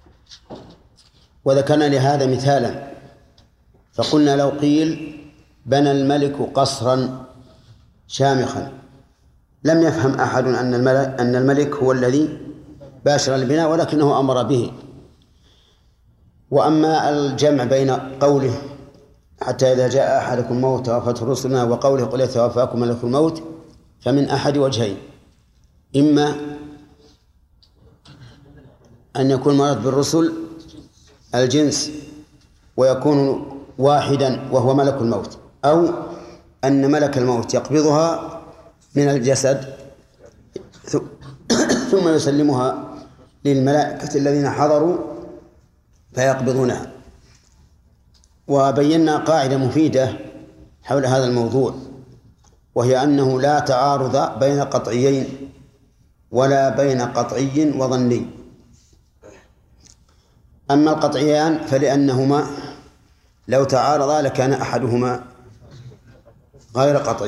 وذكرنا لهذا مثالا فقلنا لو قيل بنى الملك قصرا شامخا لم يفهم أحد أن الملك هو الذي باشر البناء ولكنه أمر به. وأما الجمع بين قوله حتى إذا جاء أحدكم الموت توفته رسلنا وقوله قل يتوفاكم ملك الموت فمن أحد وجهين: إما أن يكون مراد بالرسل الجنس ويكون واحدا وهو ملك الموت، أو أن ملك الموت يقبضها من الجسد ثم يسلمها للملائكة الذين حضروا فيقبضونها. وبينا قاعدة مفيدة حول هذا الموضوع، وهي أنه لا تعارض بين قطعيين ولا بين قطعي وظني. أما القطعيان فلأنهما لو تعارضا لكان أحدهما غير قطعي،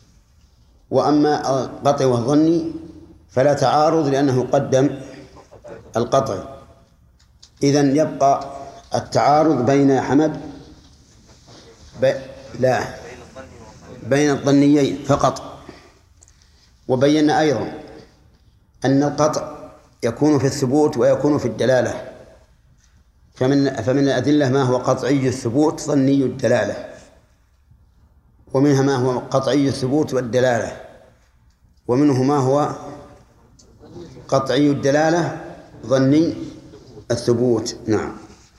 وأما القطعي والظني فلا تعارض لأنه قدم القطعي. إذن يبقى التعارض بين حمد بين الظنيين فقط. وبينا أيضا أن القطع يكون في الثبوت ويكون في الدلالة، فمن الأدلة ما هو قطعي الثبوت ظني الدلالة، ومنها ما هو قطعي الثبوت والدلالة، ومنه ما هو قطعي الدلالة ظني الثبوت. نعم.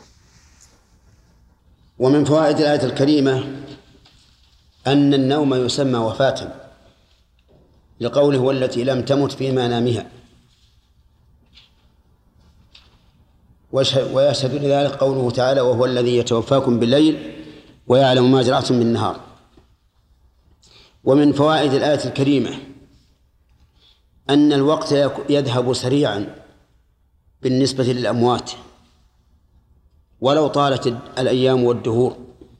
ومن فوائد الآية الكريمة أن النوم يسمى وفاة لقوله والتي لم تمت في منامها، ويشهد لذلك قوله تعالى وهو الذي يتوفاكم بالليل ويعلم ما جرحتم بالنهار. ومن فوائد الآية الكريمة أن الوقت يذهب سريعا بالنسبة للأموات ولو طالت الأيام والدهور،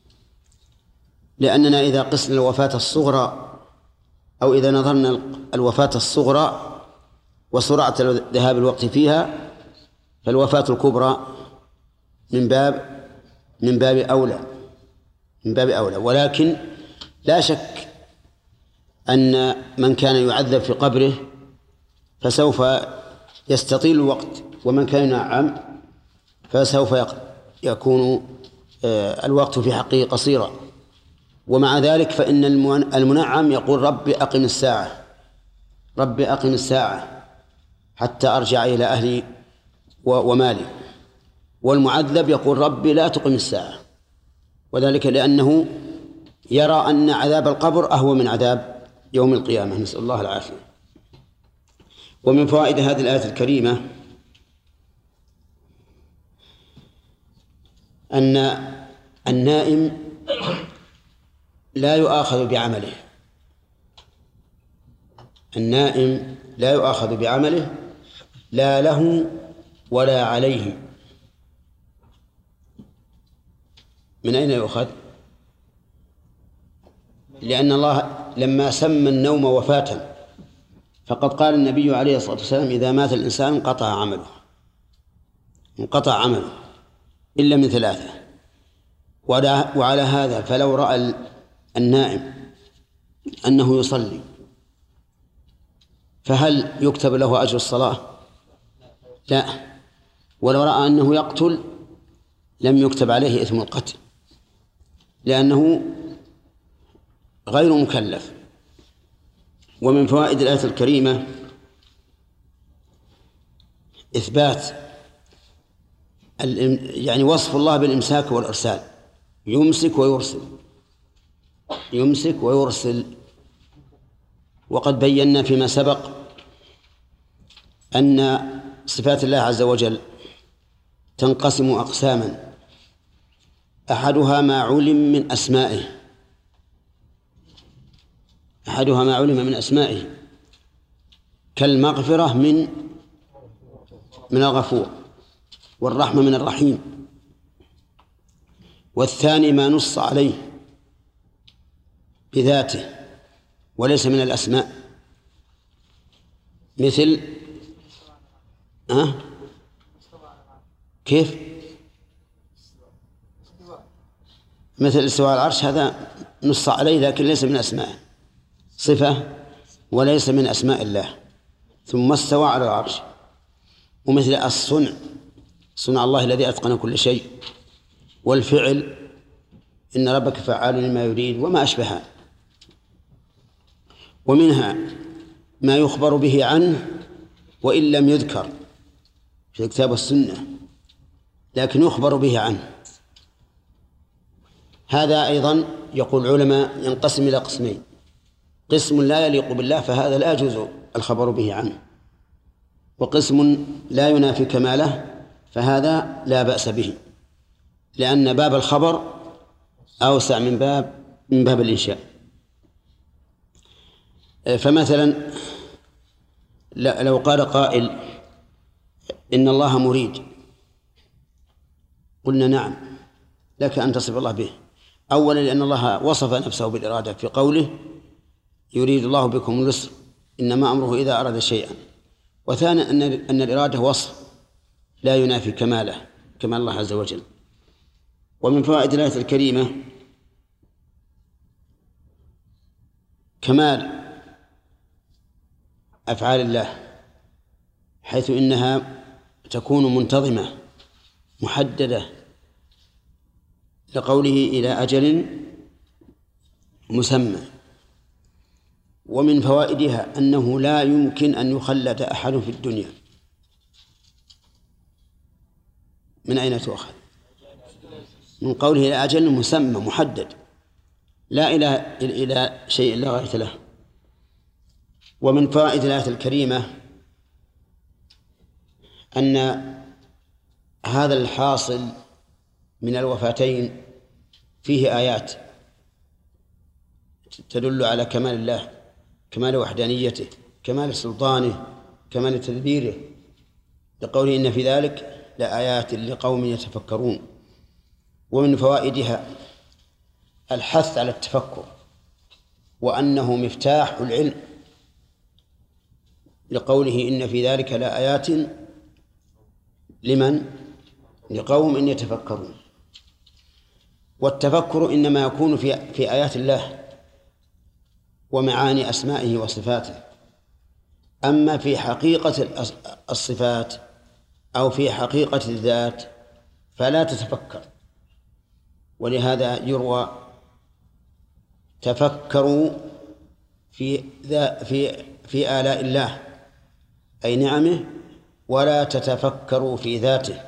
لأننا إذا قسنا الوفاة الصغرى أو إذا نظرنا الوفاة الصغرى وسرعة ذهاب الوقت فيها فالوفاة الكبرى من باب أولى. ولكن لا شك أن من كان يعذب في قبره فسوف يستطيل الوقت، ومن كان ينعم فسوف يكون الوقت في حقه قصيرا. ومع ذلك فإن المنعم يقول ربي أقم الساعة حتى أرجع إلى أهلي ومالي، والمعذب يقول ربي لا تقم الساعة، وذلك لأنه يرى أن عذاب القبر أهون من عذاب يوم القيامة، نسأل الله العافية. ومن فوائد هذه الآية الكريمة أن النائم لا يؤاخذ بعمله، النائم لا يؤاخذ بعمله لا له ولا عليه. من أين يؤخذ؟ لأن الله لما سمى النوم وفاة فقد قال النبي عليه الصلاة والسلام إذا مات الإنسان انقطع عمله إلا من ثلاثة. وعلى هذا فلو رأى النائم أنه يصلي فهل يكتب له أجر الصلاة؟ لا. ولو رأى أنه يقتل لم يكتب عليه إثم القتل لأنه غير مكلف. ومن فوائد الآية الكريمة إثبات يعني وصف الله بالإمساك والإرسال، يمسك ويرسل. وقد بينا فيما سبق أن صفات الله عز وجل تنقسم أقساما، أحدها ما علم من أسمائه كالمغفرة من الغفور، والرحمة من الرحيم. والثاني ما نص عليه بذاته وليس من الأسماء، مثل كيف؟ مثل استواء العرش، هذا نص عليه لكن ليس من أسماء، صفة وليس من أسماء الله. ثم استوى على العرش. ومثل الصنع، صنع الله الذي أتقن كل شيء. والفعل، إن ربك فعال لما يريد، وما أشبهها. ومنها ما يخبر به عنه وإن لم يذكر في الكتاب والسنة، لكن يخبر به عنه. هذا أيضا يقول العلماء ينقسم إلى قسمين: قسم لا يليق بالله فهذا لا يجوز الخبر به عنه، وقسم لا ينافي كماله فهذا لا بأس به، لأن باب الخبر أوسع من باب الإنشاء. فمثلا لو قال قائل إن الله مريد، قلنا نعم لك أن تصف الله به. أولا لأن الله وصف نفسه بالإرادة في قوله يريد الله بكم اليسر إنما أمره إذا أراد شيئا. وثانيا أن الإرادة وصف لا ينافي كماله، كمال الله عز وجل. ومن فوائد الآية الكريمة كمال أفعال الله، حيث إنها تكون منتظمة محددة، لقوله إلى أجل مسمى. ومن فوائدها أنه لا يمكن أن يخلد أحد في الدنيا. من أين تؤخذ؟ من قوله إلى أجل مسمى محدد، لا إلى شيء لا غاية له. ومن فوائد الآية الكريمة أن هذا الحاصل من الوفاتين فيه آيات تدل على كمال الله، كمال وحدانيته، كمال سلطانه، كمال تدبيره، لقوله إن في ذلك لآيات لقوم يتفكرون. ومن فوائدها الحث على التفكر، وأنه مفتاح العلم، لقوله إن في ذلك لآيات لمن؟ لقوم يتفكرون. والتفكر إنما يكون في آيات الله ومعاني أسمائه وصفاته. أما في حقيقة الصفات أو في حقيقة الذات فلا تتفكر. ولهذا يروى تفكروا في آلاء الله أي نعمه، ولا تتفكروا في ذاته.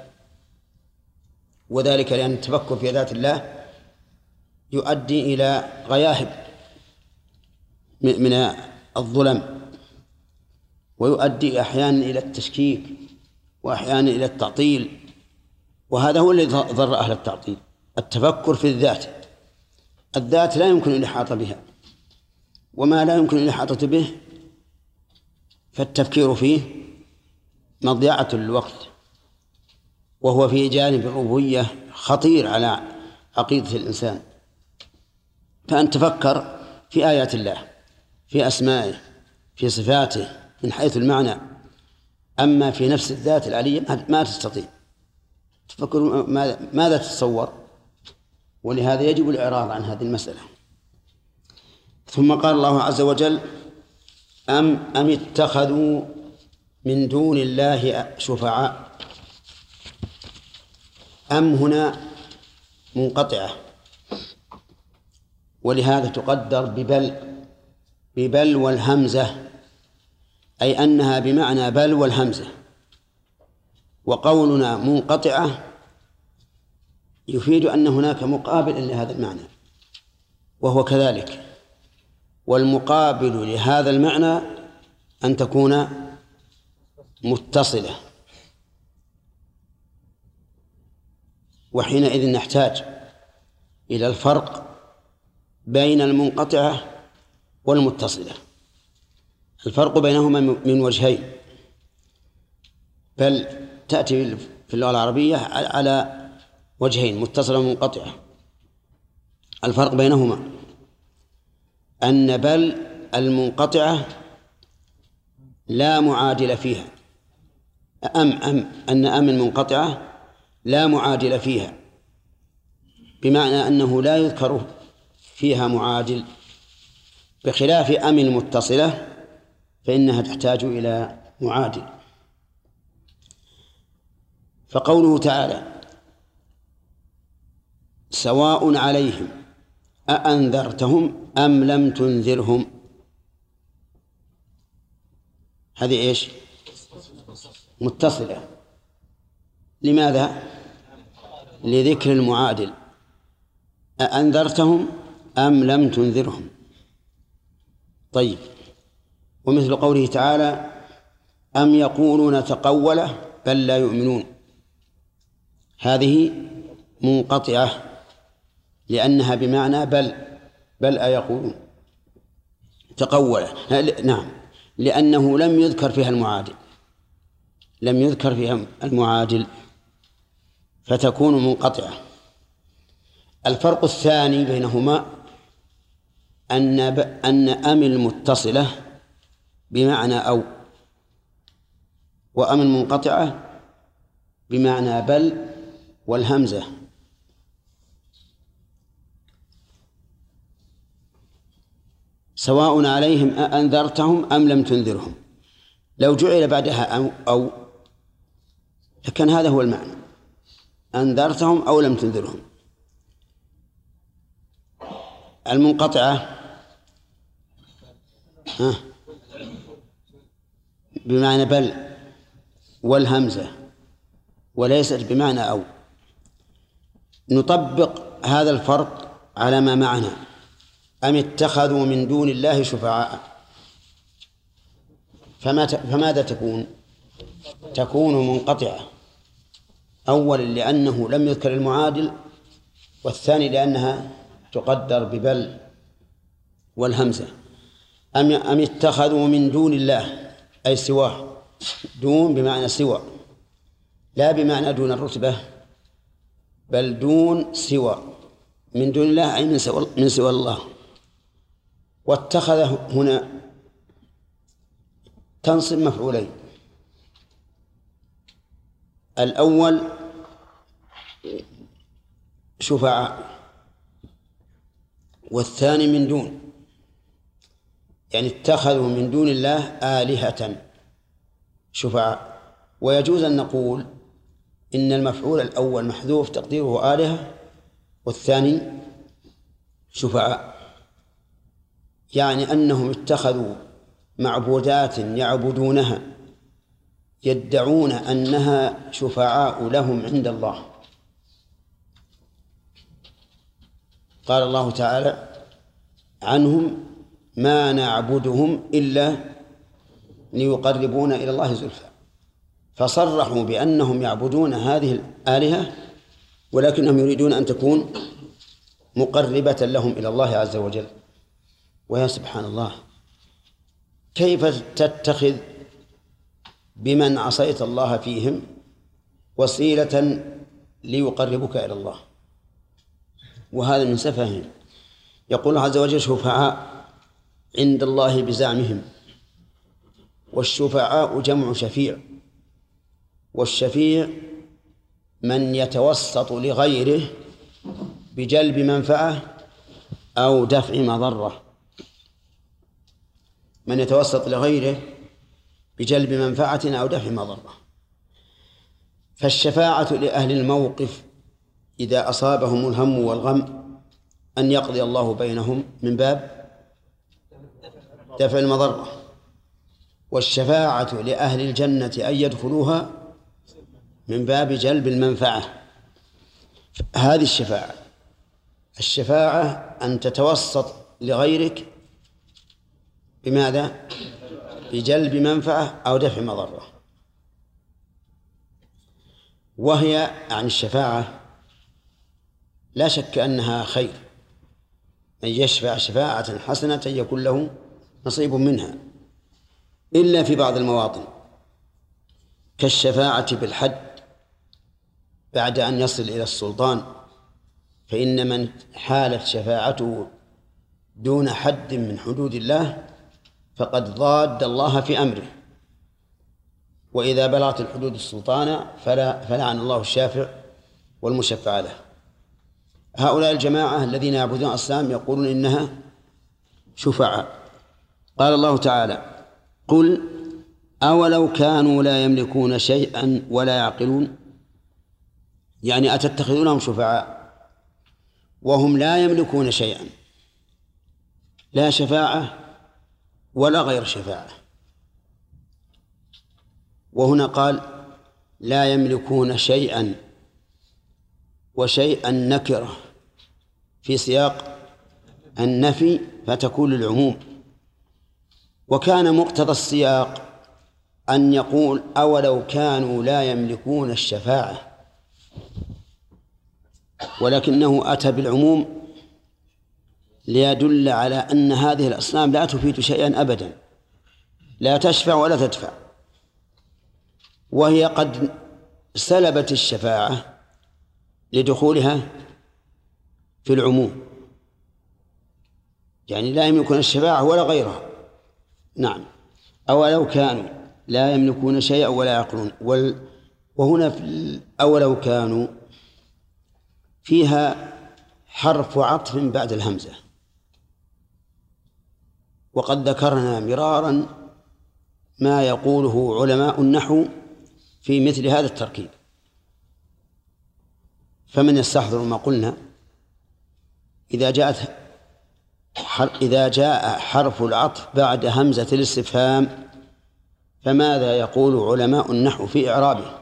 وذلك لأن التفكر في ذات الله يؤدي إلى غياهب من الظلم، ويؤدي أحيانا إلى التشكيك، وأحيانا إلى التعطيل، وهذا هو الذي ضر أهل التعطيل. التفكر في الذات لا يمكن الإحاطة بها، وما لا يمكن الإحاطة به فالتفكير فيه مضيعة للوقت، وهو في جانب الربوبية خطير على عقيدة الإنسان. فأن تفكر في آيات الله، في أسمائه، في صفاته من حيث المعنى. أما في نفس الذات العلية ما تستطيع تفكر، ماذا تتصور؟ ولهذا يجب الإعراض عن هذه المسألة. ثم قال الله عز وجل أم اتخذوا من دون الله شفعاء. أم هنا منقطعة، ولهذا تقدر ببل والهمزة، أي أنها بمعنى بل والهمزة. وقولنا منقطعة يفيد أن هناك مقابل لهذا المعنى، وهو كذلك. والمقابل لهذا المعنى أن تكون متصلة، وحينئذ نحتاج إلى الفرق بين المنقطعة والمتصلة. الفرق بينهما من وجهين، بل تأتي في اللغة العربية على وجهين، متصلة ومنقطعة. الفرق بينهما أن بل المنقطعة لا معادل فيها، أن أم المنقطعة لا معادل فيها، بمعنى أنه لا يذكر فيها معادل، بخلاف أم المتصلة فإنها تحتاج إلى معادل. فقوله تعالى سواء عليهم أأنذرتهم أم لم تنذرهم، هذه إيش؟ متصلة. لماذا؟ لذكر المعادل، أأنذرتهم أم لم تنذرهم. طيب، ومثل قوله تعالى أم يقولون تقوله بل لا يؤمنون، هذه منقطعة لأنها بمعنى بل أيقولون تقوله، نعم، لأنه لم يذكر فيها المعادل، فتكون منقطعة. الفرق الثاني بينهما أن أم المتصلة بمعنى أو، وأم المنقطعة بمعنى بل والهمزة. سواء عليهم أأنذرتهم أم لم تنذرهم، لو جعل بعدها أو لكان هذا هو المعنى، أنذرتهم أو لم تنذرهم. المنقطعة بمعنى بل والهمزة وليست بمعنى أو. نطبق هذا الفرق على ما معنا. أم اتخذوا من دون الله شفعاء، فماذا تكون منقطعة، أولا لأنه لم يذكر المعادل، والثاني لأنها تقدر ببل والهمزة. أم اتخذوا من دون الله أي سواه، دون بمعنى سوى، لا بمعنى دون الرتبة، بل دون سوى، من دون الله أي من سوى الله. واتخذ هنا تنصب مفعولين، الأول شفعاء، والثاني من دون، يعني اتخذوا من دون الله آلهة شفعاء. ويجوز أن نقول إن المفعول الأول محذوف تقديره آلهة، والثاني شفعاء، يعني أنهم اتخذوا معبودات يعبدونها يدعون أنها شفعاء لهم عند الله. قال الله تعالى عنهم ما نعبدهم إلا ليقربونا إلى الله زلفى، فصرحوا بأنهم يعبدون هذه الآلهة ولكنهم يريدون أن تكون مقربة لهم إلى الله عز وجل. ويا سبحان الله، كيف تتخذ بمن عصيت الله فيهم وسيلة ليقربك إلى الله؟ وهذا من سفههم. يقول الله عز وجل شفعاء عند الله بزعمهم، والشفعاء جمع شفيع، والشفيع من يتوسط لغيره بجلب منفعة أو دفع مضرة، من يتوسط لغيره بجلب منفعة أو دفع مضرة. فالشفاعة لأهل الموقف إذا أصابهم الهم والغم أن يقضي الله بينهم من باب دفع المضرة، والشفاعة لأهل الجنة أن يدخلوها من باب جلب المنفعة. هذه الشفاعة أن تتوسط لغيرك بماذا؟ بجلب منفعة أو دفع مضرة. وهي عن الشفاعة لا شك أنها خير، من يشفع شفاعة حسنة يكون له نصيب منها، إلا في بعض المواطن كالشفاعة بالحد بعد أن يصل إلى السلطان، فإن من حالت شفاعته دون حد من حدود الله فقد ضاد الله في أمره، وإذا بلغت الحدود السلطان فلعن الله الشافع والمشفع له. هؤلاء الجماعة الذين يعبدون الأصنام يقولون إنها شفعاء. قال الله تعالى: قل أولو كانوا لا يملكون شيئا ولا يعقلون، يعني أتتخذونهم شفعاء وهم لا يملكون شيئا، لا شفاعة ولا غير شفاعة. وهنا قال لا يملكون شيئا، وشيئا نكرة في سياق النفي فتكون للعموم، وكان مقتضى السياق أن يقول أولو كانوا لا يملكون الشفاعة، ولكنه أتى بالعموم ليدل على أن هذه الأصنام لا تفيد شيئا أبدا، لا تشفع ولا تدفع، وهي قد سلبت الشفاعة لدخولها في العموم، يعني لا يملكون الشفاعة ولا غيرها. نعم، أولو كانوا لا يملكون شيئا ولا يعقلون. وهنا في أولو كانوا فيها حرف عطف بعد الهمزة، وقد ذكرنا مرارا ما يقوله علماء النحو في مثل هذا التركيب، فمن يستحضر ما قلنا إذا جاء حرف العطف بعد همزة الاستفهام فماذا يقول علماء النحو في إعرابه؟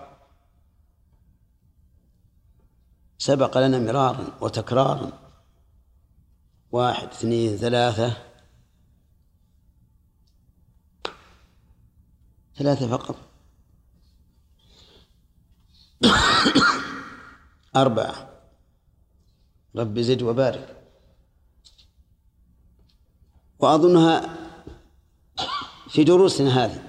سبق لنا مرارا وتكرارا، 1 2 3 فقط 4 رب زد وبارك. وأظنها في دروسنا هذه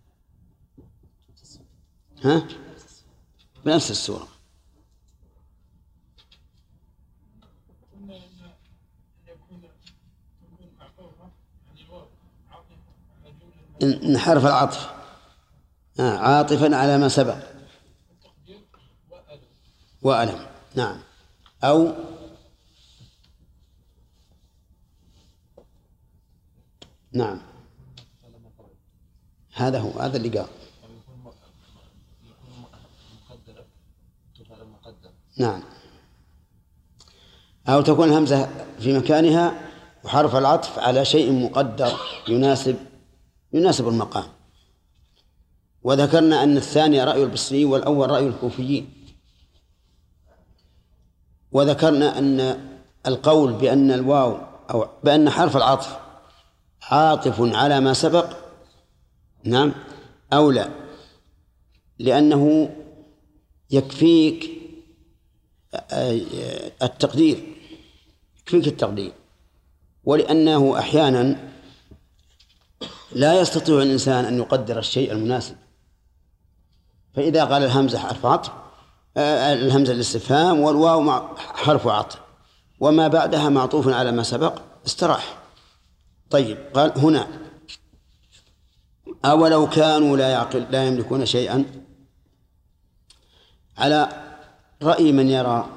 بنفس السورة. إن حرف العطف عاطفا على ما سبق وألم. نعم، أو نعم، هذا اللي قال. نعم، أو تكون الهمزة في مكانها وحرف العطف على شيء مقدر يناسب المقام. وذكرنا أن الثاني رأي البصري والأول رأي الكوفيين. وذكرنا أن القول بأن الواو أو بأن حرف العطف عاطف على ما سبق نعم أولى، لأنه يكفيك التقدير، ولأنه أحيانا لا يستطيع الإنسان أن يقدر الشيء المناسب، فإذا قال الهمزة حرف عطف الهمزة الاستفهام والواو حرف عطف وما بعدها معطوف على ما سبق استراح. طيب، قال هنا أولو كانوا لا يملكون شيئا، على رأي من يرى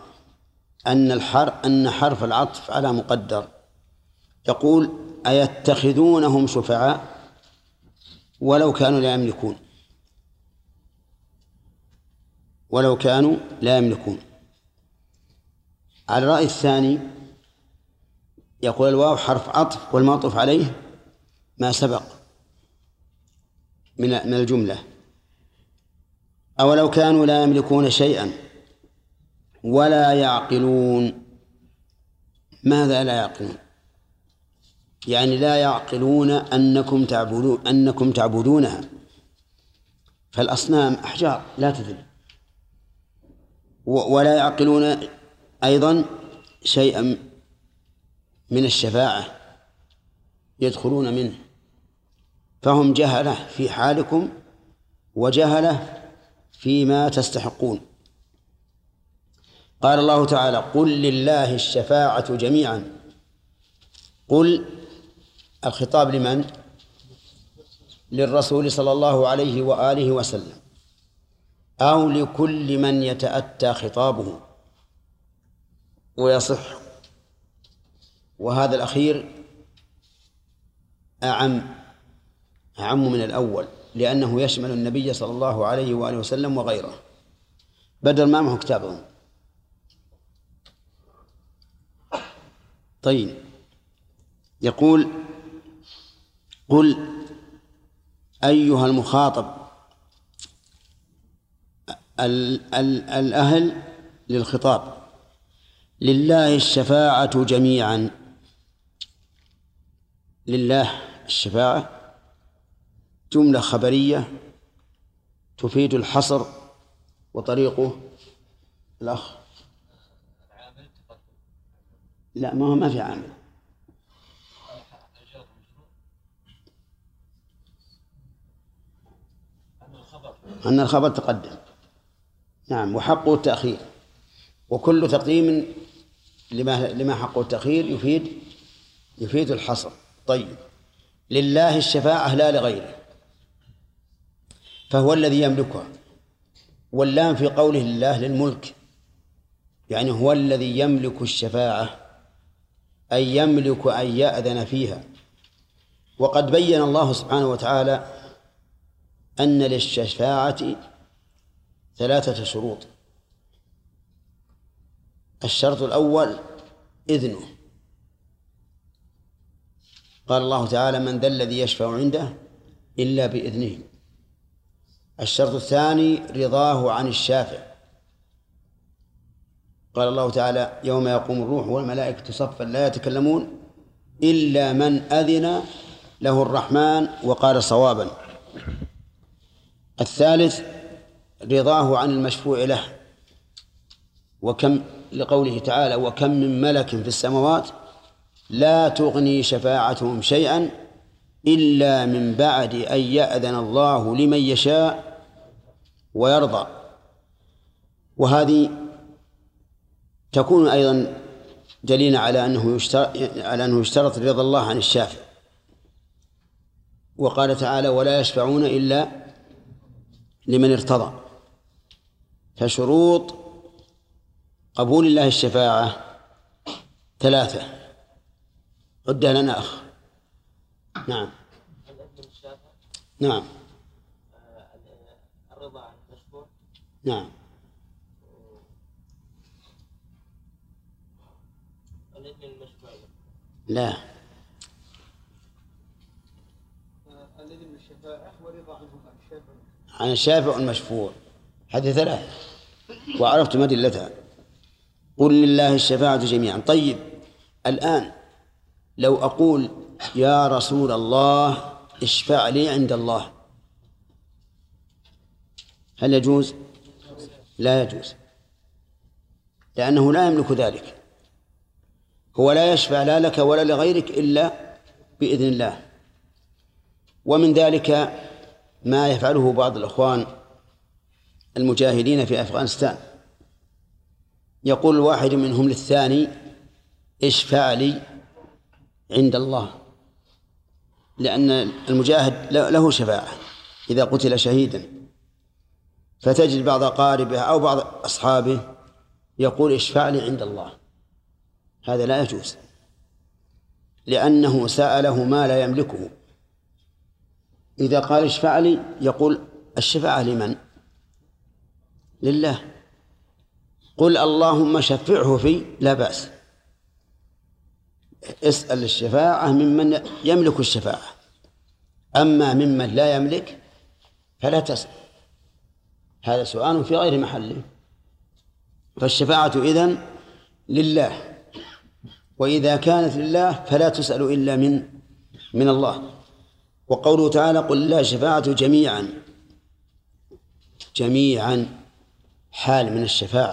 أن حرف العطف على مقدر، يقول أيتخذونهم شفعاء ولو كانوا لا يملكون. على الرأي الثاني يقول الواو حرف عطف والمعطوف عليه ما سبق من الجملة. أولو كانوا لا يملكون شيئا ولا يعقلون. ماذا لا يعقلون؟ يعني لا يعقلون أنكم تعبدونها، فالأصنام أحجار لا تذل، ولا يعقلون أيضا شيئا من الشفاعة يدخلون منه، فهم جهلة في حالكم وجهلة فيما تستحقون. قال الله تعالى: قل لله الشفاعة جميعا. قل الخطاب لمن؟ للرسول صلى الله عليه وآله وسلم أو لكل من يتأتى خطابه ويصح. وهذا الأخير أعم من الأول، لأنه يشمل النبي صلى الله عليه وآله وسلم وغيره. بدل ما معه كتابهم. طيب، يقول: قل أيها المخاطب الأهل للخطاب: لله الشفاعة جميعا. لله الشفاعة جملة خبرية تفيد الحصر، وطريقه الأخ لا ما في عامل. أن الخبر تقدم، نعم، وحقه التأخير، وكل تقديم لما حقه التأخير يفيد الحصر. طيب، لله الشفاعة لا لغيره، فهو الذي يملكها. واللام في قوله لله للملك، يعني هو الذي يملك الشفاعة، أي يملك أن يأذن فيها. وقد بين الله سبحانه وتعالى أن للشفاعة 3 شروط. الشرط الأول إذنه، قال الله تعالى: من ذا الذي يشفع عنده إلا بإذنه. الشرط الثاني رضاه عن الشافع، قال الله تعالى: يوم يقوم الروح والملائكة صفا لا يتكلمون إلا من أذن له الرحمن وقال صوابا. الثالث رضاه عن المشفوع له، وكم لقوله تعالى: وكم من ملك في السماوات لا تغني شفاعتهم شيئا إلا من بعد أن يأذن الله لمن يشاء ويرضى. وهذه تكون أيضا دليلا على أنه يشترط رضا الله عن الشافع. وقال تعالى: ولا يشفعون إلا لمن ارتضى. فشروط قبول الله الشفاعة 3. عدها لنا أخ. نعم. نعم. الرضا عن المشفوع. نعم. الإذن المشفوع. لا. الإذن الشفاعة ورضا عنه عن الشافع المشفوع. هذه 3 وعرفت مدلتها. قل لله الشفاعة جميعا. طيب، الآن لو أقول: يا رسول الله اشفع لي عند الله، هل يجوز؟ لا يجوز، لأنه لا يملك ذلك. هو لا يشفع لا لك ولا لغيرك إلا بإذن الله. ومن ذلك ما يفعله بعض الأخوان المجاهدين في أفغانستان، يقول الواحد منهم للثاني: اشفع لي عند الله، لأن المجاهد له شفاعة إذا قتل شهيدا، فتجد بعض أقاربه أو بعض أصحابه يقول: اشفع لي عند الله. هذا لا يجوز، لأنه سأله ما لا يملكه. إذا قال اشفع لي يقول: الشفاعة لمن؟ لله. قل اللهم شفعه في، لا بأس. اسأل الشفاعة ممن يملك الشفاعة، أما ممن لا يملك فلا تسأل، هذا سؤال في غير محله. فالشفاعة إذن لله، وإذا كانت لله فلا تسأل إلا من الله. وقوله تعالى: قل لله الشفاعة جميعا حال من الشفاعة.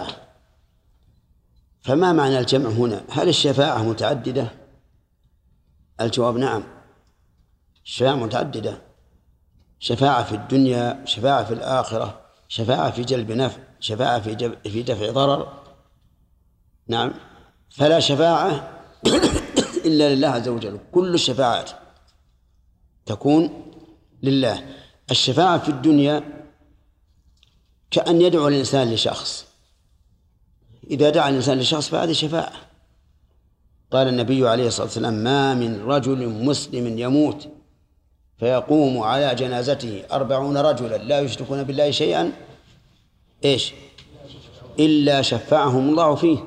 فما معنى الجمع هنا؟ هل الشفاعة متعددة؟ الجواب: نعم، الشفاعة متعددة. شفاعة في الدنيا، شفاعة في الآخرة، شفاعة في جلب نفع، شفاعة في دفع ضرر. نعم، فلا شفاعة إلا لله عز وجل. كل الشفاعات تكون لله. الشفاعة في الدنيا كأن يدعو الإنسان لشخص، إذا دعا الإنسان لشخص فهذه شفاعة. قال النبي عليه الصلاة والسلام: ما من رجل مسلم يموت فيقوم على جنازته 40 رجلا لا يشركون بالله شيئا إلا شفعهم الله فيه.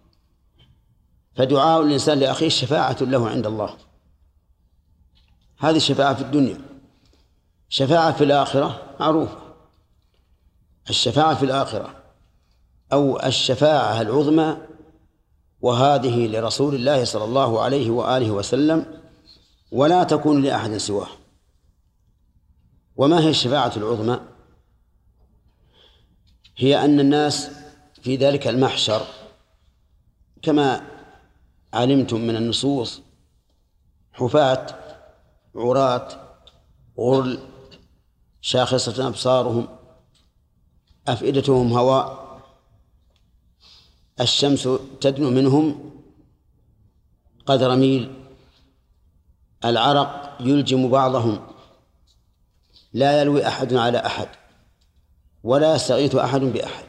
فدعاء الإنسان لأخيه شفاعة له عند الله. هذه الشفاعة في الدنيا. شفاعة في الآخرة معروفة. الشفاعة في الآخرة أو الشفاعة العظمى، وهذه لرسول الله صلى الله عليه وآله وسلم ولا تكون لأحد سواه. وما هي الشفاعة العظمى؟ هي أن الناس في ذلك المحشر كما علمتم من النصوص حفاة عراة غرل شاخصة أبصارهم أفئدتهم هواء، الشمس تدنو منهم قدر ميل، العرق يلجم بعضهم، لا يلوي أحد على أحد ولا يستغيث أحد بأحد.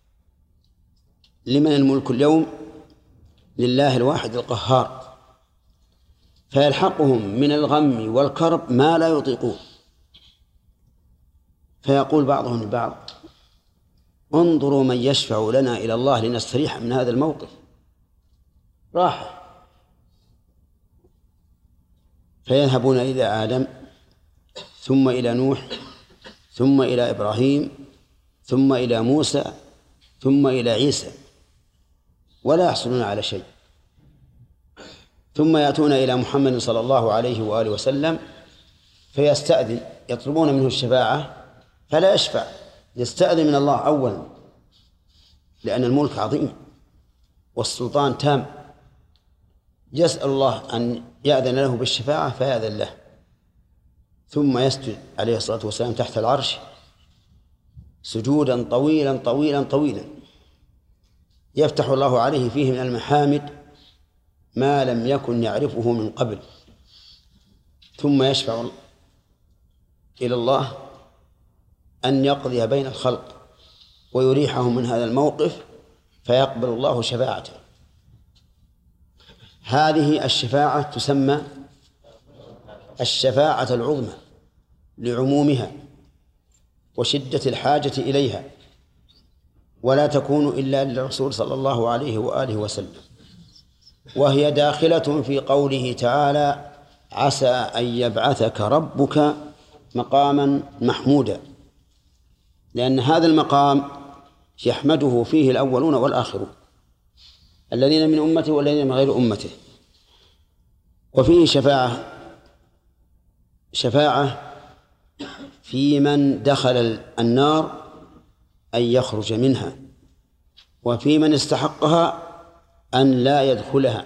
لمن الملك اليوم؟ لله الواحد القهار. فيلحقهم من الغم والكرب ما لا يطيقون، فيقول بعضهم لبعض: انظروا من يشفع لنا إلى الله لنستريح من هذا الموقف. راحة. فيذهبون إلى آدم، ثم إلى نوح، ثم إلى إبراهيم، ثم إلى موسى، ثم إلى عيسى، ولا يحصلون على شيء. ثم يأتون إلى محمد صلى الله عليه وآله وسلم فيستأذن، يطلبون منه الشفاعة فلا يشفع، يستأذن من الله أولا، لأن الملك عظيم والسلطان تام. يسأل الله أن يأذن له بالشفاعة فيأذن له، ثم يسجد عليه الصلاة والسلام تحت العرش سجودا طويلا طويلا طويلا، يفتح الله عليه فيه من المحامد ما لم يكن يعرفه من قبل، ثم يشفع إلى الله أن يقضي بين الخلق ويريحهم من هذا الموقف، فيقبل الله شفاعته. هذه الشفاعة تسمى الشفاعة العظمى لعمومها وشدة الحاجة إليها، ولا تكون إلا للرسول صلى الله عليه وآله وسلم. وهي داخلة في قوله تعالى: عسى أن يبعثك ربك مقاما محمودا، لأن هذا المقام يحمده فيه الأولون والآخرون، الذين من أمته والذين من غير أمته. وفيه شفاعة في من دخل النار أن يخرج منها، وفي من استحقها أن لا يدخلها.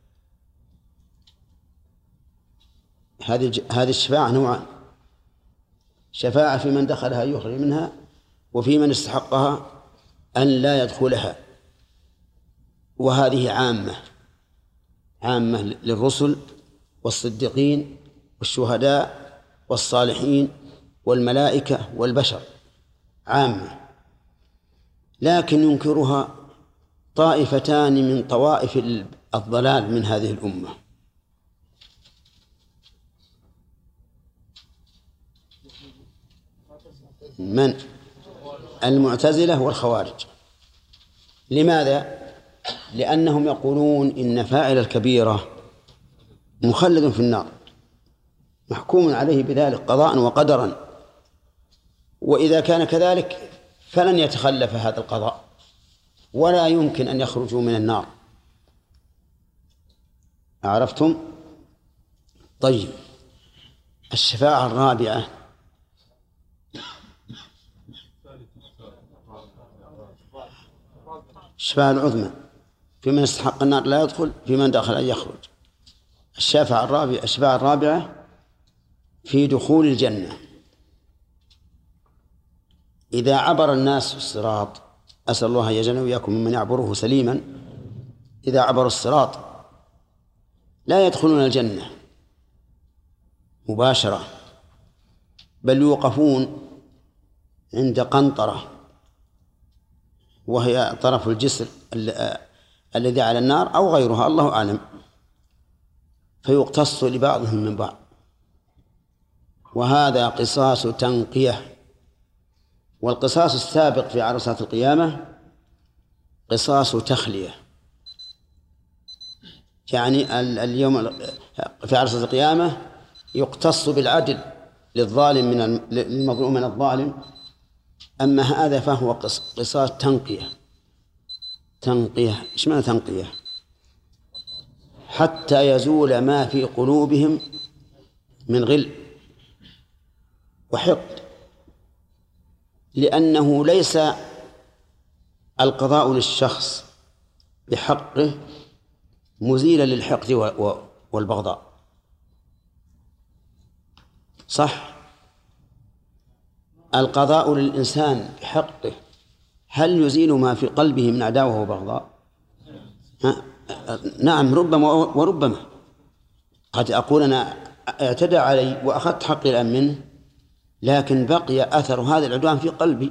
هذه الشفاعة نوعان: شفاعة في من دخلها يخرج منها، وفي من استحقها أن لا يدخلها. وهذه عامة للرسل والصديقين والشهداء والصالحين والملائكة والبشر، عامة. لكن ينكرها طائفتان من طوائف الضلال من هذه الأمة. من؟ المعتزلة والخوارج. لماذا؟ لأنهم يقولون إن فاعل الكبيرة مخلد في النار، محكوم عليه بذلك قضاء وقدرا، وإذا كان كذلك فلن يتخلف هذا القضاء ولا يمكن أن يخرجوا من النار. عرفتم؟ طيب، الشفاعة الرابعة الشفاعة العظمى في من استحق النار لا يدخل، في من دخل أن يخرج. الشفاعة الرابعة في دخول الجنة. إذا عبر الناس الصراط، أسأل الله أن يجعلنا وإياكم ممن يعبره سليما، إذا عبروا الصراط لا يدخلون الجنة مباشرة، بل يوقفون عند قنطرة وهي طرف الجسر الذي على النار أو غيرها الله أعلم، فيقتص لبعضهم من بعض، وهذا قصاص تنقية. والقصاص السابق في عرصات القيامة قصاص تخلية، يعني اليوم في عرصات القيامة يقتص بالعدل للظالم للمظلوم من الظالم، أما هذا فهو قصاص تنقية. تنقية إيش معنى تنقية؟ حتى يزول ما في قلوبهم من غل وحقد، لأنه ليس القضاء للشخص بحقه مزيلا للحقد والبغضاء، صح؟ القضاء للإنسان بحقه هل يزيل ما في قلبه من عداوة وبغضاء؟ نعم، ربما وربما. قد أقول أنا اعتدى علي وأخذت حقي الآن منه، لكن بقي أثر هذا العدوان في قلبي،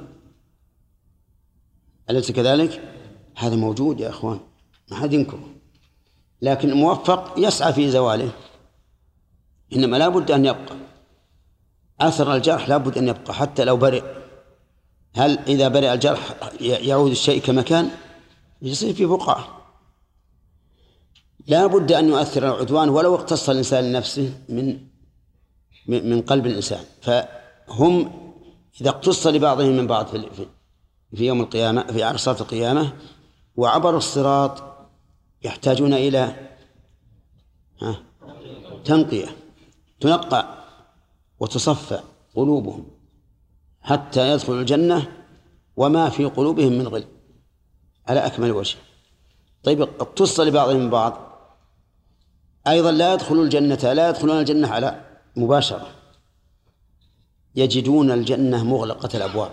أليس كذلك؟ هذا موجود يا أخوان، ما حد ينكره، لكن الموفق يسعى في زواله، إنما لا بد أن يبقى أثر الجرح، لا بد أن يبقى حتى لو برئ. هل إذا برئ الجرح يعود الشيء كما كان؟ يصير في بقعة. لا بد أن يؤثر العدوان ولو اقتص الإنسان لنفسه من قلب الإنسان. فهم إذا اقتص لبعضهم من بعض في يوم القيامة في عرصات القيامة وعبروا الصراط يحتاجون إلى تنقية، تنقى وتصفى قلوبهم حتى يدخلوا الجنة وما في قلوبهم من غل على أكمل وجه. طيب اقتص لبعضهم من بعض أيضا لا يدخلون الجنة على مباشرة، يجدون الجنة مغلقة الأبواب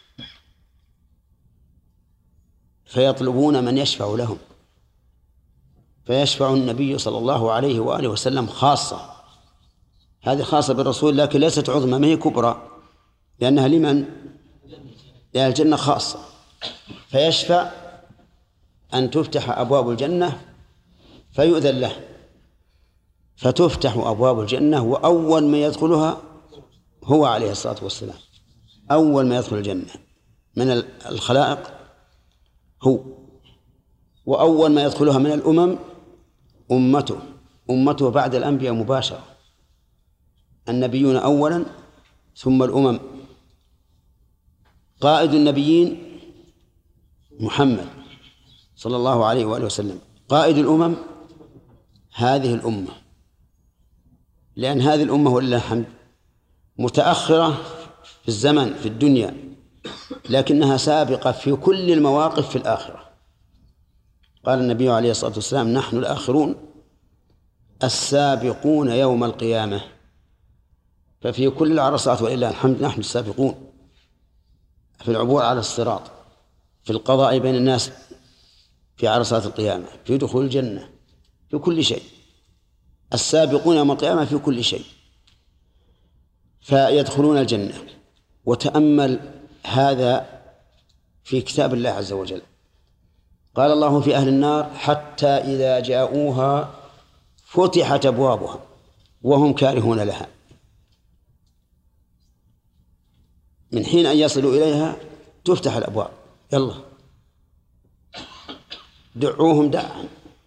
فيطلبون من يشفع لهم، فيشفع النبي صلى الله عليه وآله وسلم خاصة. هذه خاصة بالرسول لكن ليست عظمى، ما هي كبرى، لأنها لمن؟ الجنة خاصة. فيشفع أن تفتح أبواب الجنة فيؤذن له، فتفتح أبواب الجنة وأول ما يدخلها هو عليه الصلاة والسلام، أول ما يدخل الجنة من الخلائق هو، وأول ما يدخلها من الأمم أمته بعد الأنبياء مباشرة، النبيون أولا ثم الأمم. قائد النبيين محمد صلى الله عليه وآله وسلم، قائد الأمم هذه الأمة، لأن هذه الأمة ولله الحمد متأخرة في الزمن في الدنيا، لكنها سابقة في كل المواقف في الآخرة. قال النبي عليه الصلاة والسلام: نحن الآخرون السابقون يوم القيامة. ففي كل العرصات ولله الحمد نحن السابقون في العبور على الصراط، في القضاء بين الناس في عرصات القيامة، في دخول الجنة، في كل شيء، السابقون يوم القيامة في كل شيء، فيدخلون الجنة. وتأمل هذا في كتاب الله عز وجل، قال الله في أهل النار: حتى إذا جاءوها فتحت أبوابها وهم كارهون لها. من حين أن يصلوا إليها تفتح الأبواب، يلا دعوهم دعا.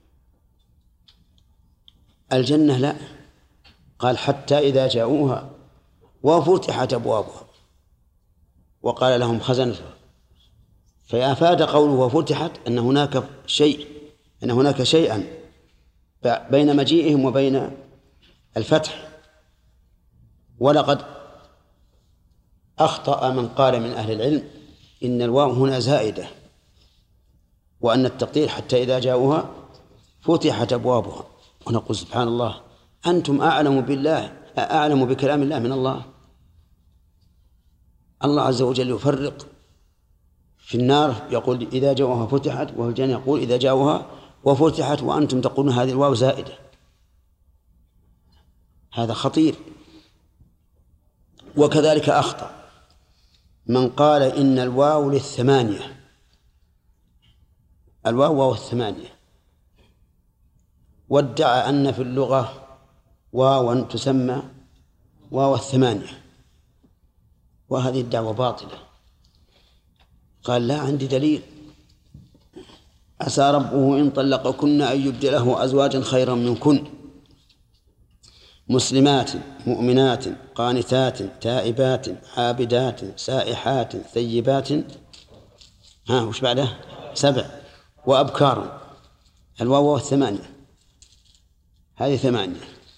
الجنة لا، قال حتى إذا جاءوها وفتحت أبوابها وقال لهم خزنتها. فأفاد قوله وفتحت أن هناك شيئا بين مجيئهم وبين الفتح. ولقد أخطأ من قال من أهل العلم إن الواو هنا زائدة، وأن التقدير حتى إذا جاءوها فتحت أبوابها. ونقول سبحان الله، أنتم أعلم بكلام الله من الله. الله عز وجل يفرق في النار يقول إذا جاءوها فتحت، وفي الجنة يقول إذا جاءوها وفتحت، وأنتم تقولون هذه الواو زائدة. هذا خطير. وكذلك أخطأ من قال إن الواو للثمانية، الواو واو الثمانية، وادعى أن في اللغة واوا تسمى واو الثمانية، وهذه الدعوة باطلة. قال لا، عندي دليل: عسى ربه إن طلقكن أن يبدله أزواجا خيرا منكن مسلمات مؤمنات قانتات تائبات عابدات سائحات ثيبات، وش بعده؟ 7 وأبكارا. الواو الثمانية، هذه 8.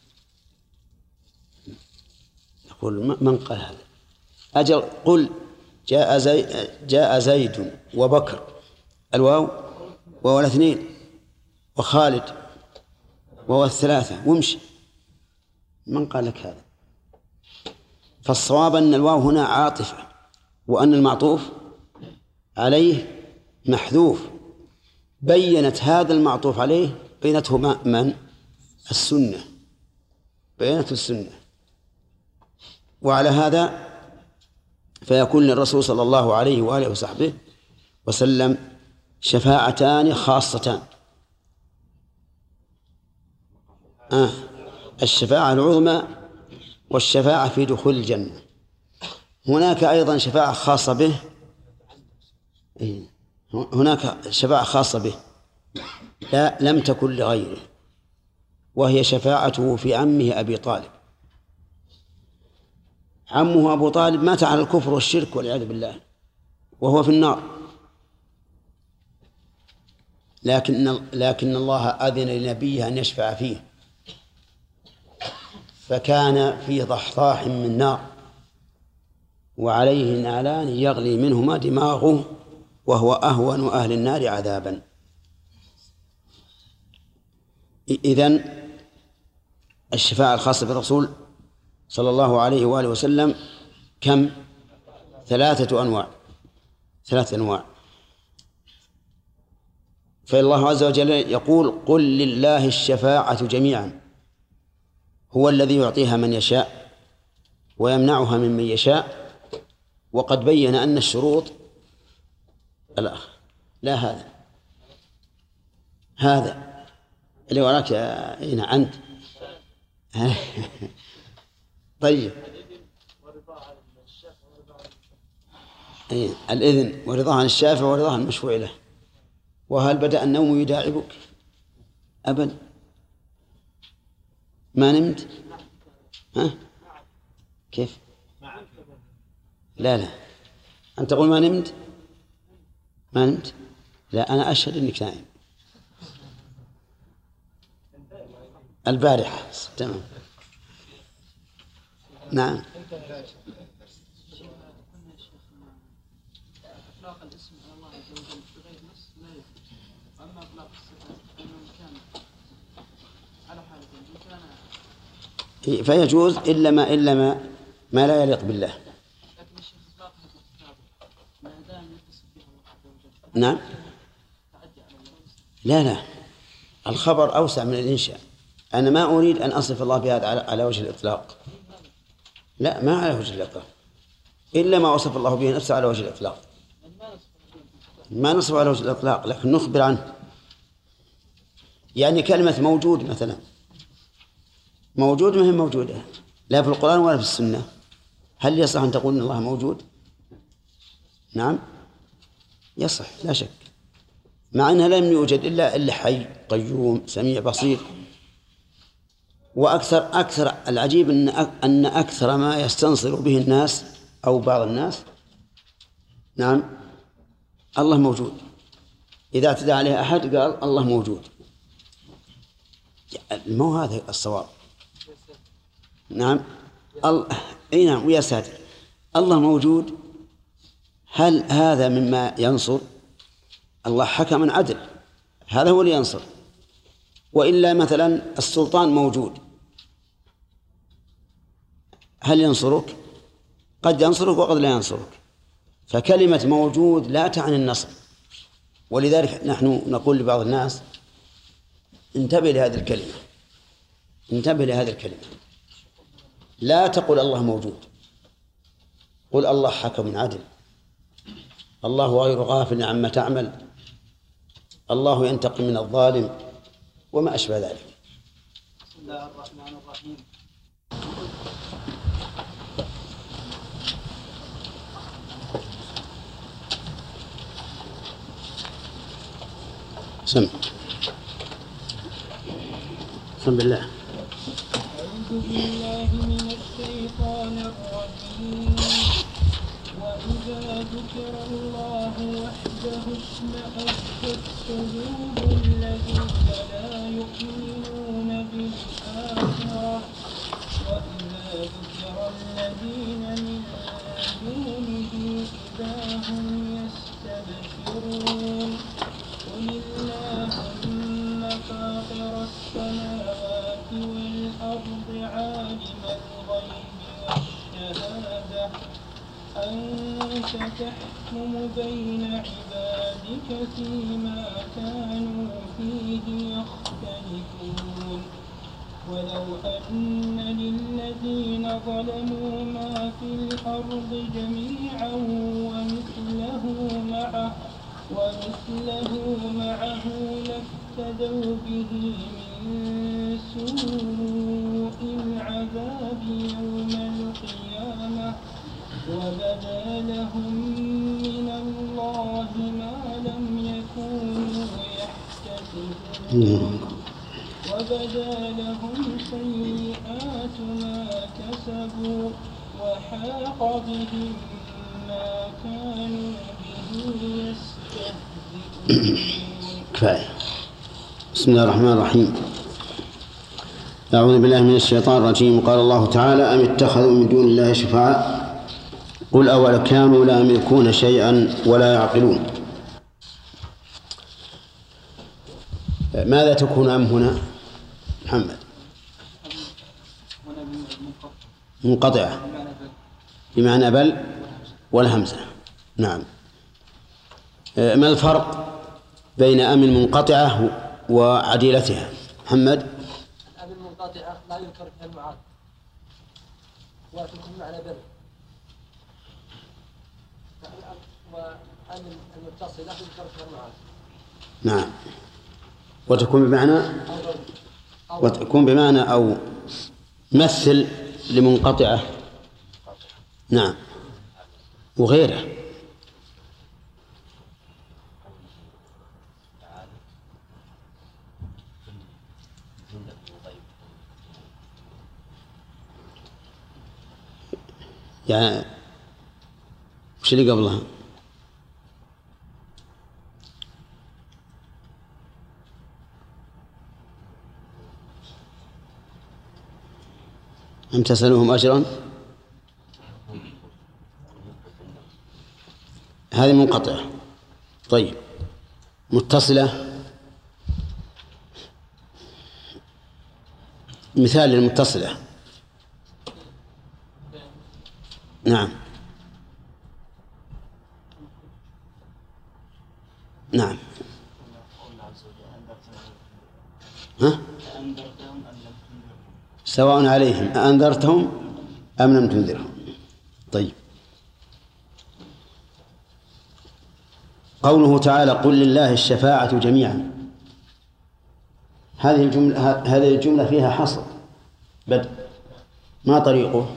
يقول من قال هذا؟ أجل قل جاء زيد وبكر، الواو وهو 2، وخالد وهو 3، وامشي. من قال لك هذا؟ فالصواب أن الواو هنا عاطفة، وأن المعطوف عليه محذوف. بينت هذا المعطوف عليه، بينته من؟ السنة، بينته السنة. وعلى هذا فيكون للرسول صلى الله عليه وآله وصحبه وسلم شفاعتان خاصتان: الشفاعة العظمى والشفاعة في دخول الجنة. هناك أيضا شفاعة خاصة به، هناك شفاعة خاصة به لا لم تكن لغيره، وهي شفاعته في عمه أبي طالب. عمه أبو طالب مات على الكفر والشرك والعياذ بالله، وهو في النار، لكن الله أذن لنبيه أن يشفع فيه، فكان في ضحضاح من نار وعليه نعلان يغلي منهما دماغه، وهو أهون أهل النار عذابا. إذن الشفاعة الخاصة بالرسول صلى الله عليه وآله وسلم كم؟ 3 أنواع. فالله عز وجل يقول: قل لله الشفاعة جميعا، هو الذي يعطيها من يشاء ويمنعها ممن يشاء. وقد بين أن الشروط لا هذا اللي وراك هنا أنت. طيب، الإذن ورضاه عن الشافع ورضاه عن المشفوع له. وهل بدأ النوم يداعبك؟ أبدا، ما نمت؟ كيف؟ لا أنت تقول ما نمت؟ لا، أنا أشهد أنك نائم البارحة. تمام، نعم. إطلاق الاسم على الله عز وجل بغير نص لا يجوز، وأما إطلاق الصفات فإنه كان على حالة كان فيجوز إلا ما لا يليق بالله. لكن الشيخ إطلاقها بالكتاب ما دام يتصف به الله عز وجل. نعم. تعدي على الله. لا، الخبر أوسع من الإنشاء. أنا ما أريد أن أصف الله بهذا على وجه الإطلاق، لا، ما على وجه الإطلاق، إلا ما وصف الله به نفسه على وجه الإطلاق. ما نصف على وجه الإطلاق، لكن نخبر عنه. يعني كلمة موجود مثلا، موجود ما هي موجودة لا في القرآن ولا في السنة. هل يصح أن تقول إن الله موجود؟ نعم يصح، لا شك، مع أنها لم يوجد إلا حي قيوم سميع بصير. وأكثر العجيب أن أكثر ما يستنصر به الناس أو بعض الناس، نعم، الله موجود. إذا اعتدى عليه أحد قال الله موجود. مو هذا الصواب. نعم، نعم، ويا ساتر، الله موجود. هل هذا مما ينصر؟ الله حكم عدل، هذا هو اللي ينصر. وإلا مثلا السلطان موجود، هل ينصرك؟ قد ينصرك وقد لا ينصرك. فكلمة موجود لا تعني النصر. ولذلك نحن نقول لبعض الناس: انتبه لهذه الكلمة، لا تقل الله موجود، قل الله حكم عدل، الله غير غافل عما تعمل، الله ينتقم من الظالم، وما أشبه ذلك. بسم الله الرحمن الرحيم. بسم الله. أعوذ بالله من الشيطان الرجيم. وإذا ذكر الله وحده اشمأزت قلوب الذين لا يؤمنون بالآخرة وإذا ذكر الذين من دونه إذا هم يستبشرون. قل اللهم فاطر السماوات والأرض عالم الغيب والشهادة أنت تحكم بين عبادك فيما كانوا فيه يختلفون. ولو أن للذين ظلموا ما في الأرض جميعا ومثله معه لافتدوا به من سوء العذاب يوم القيامة وبدا لهم من الله ما لم يكونوا يحتسبون. وبدا لهم سيئات ما كسبوا وحاق بهم ما كانوا به يستهزئون. كفاية. بسم الله الرحمن الرحيم. أعوذ بالله من الشيطان الرجيم. قال الله تعالى: أم اتخذوا من دون الله شفعاء قل أولو كانوا لا يملكون شيئا ولا يعقلون. ماذا تكون أم هنا محمد؟ منقطعة بمعنى بل والهمزة. نعم. ما الفرق بين أم المنقطعة وعديلتها محمد؟ الأم المنقطعة لا يذكر فيها المعاد وتكون معنى بل، وأم المتصلة يذكر فيها المعاد. نعم. وتكون بمعنى أو مثل لمنقطعة. نعم. وغيره. يعني وش اللي قبلها؟ أم تسألهم أجرا؟ هذه منقطعة. طيب، متصلة. مثال للمتصلة. نعم. نعم. ها؟ سواء عليهم أأنذرتهم أم لم تنذرهم. طيب. قوله تعالى: قل لله الشفاعة جميعا. هذه الجملة فيها حصر بدء. ما طريقه؟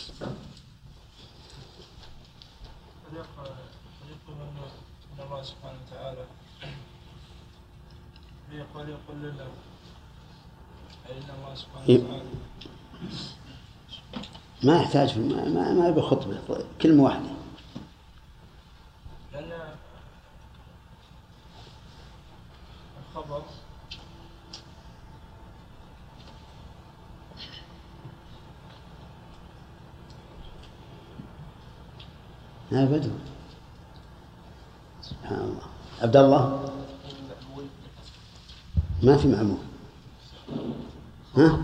من الله سبحانه وتعالى يقول لله، أي إن الله سبحانه وتعالى ما يحتاج ما بخطبة، كلمة واحدة. لأن الخبر بدو. سبحان الله. عبد الله، ما في معمول. ها؟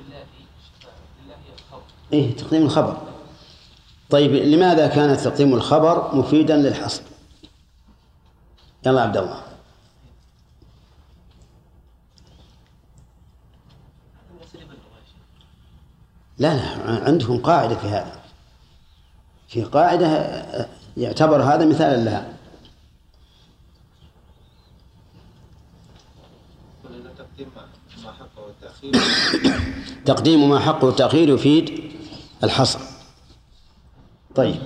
إيه، تقديم الخبر. طيب، لماذا كان تقديم الخبر مفيدا للحصر؟ يلا عبد الله. لا، عندهم قاعدة في هذا. في قاعدة يعتبر هذا مثالا لها. تقديم ما حقه التأخير يفيد الحصر. طيب،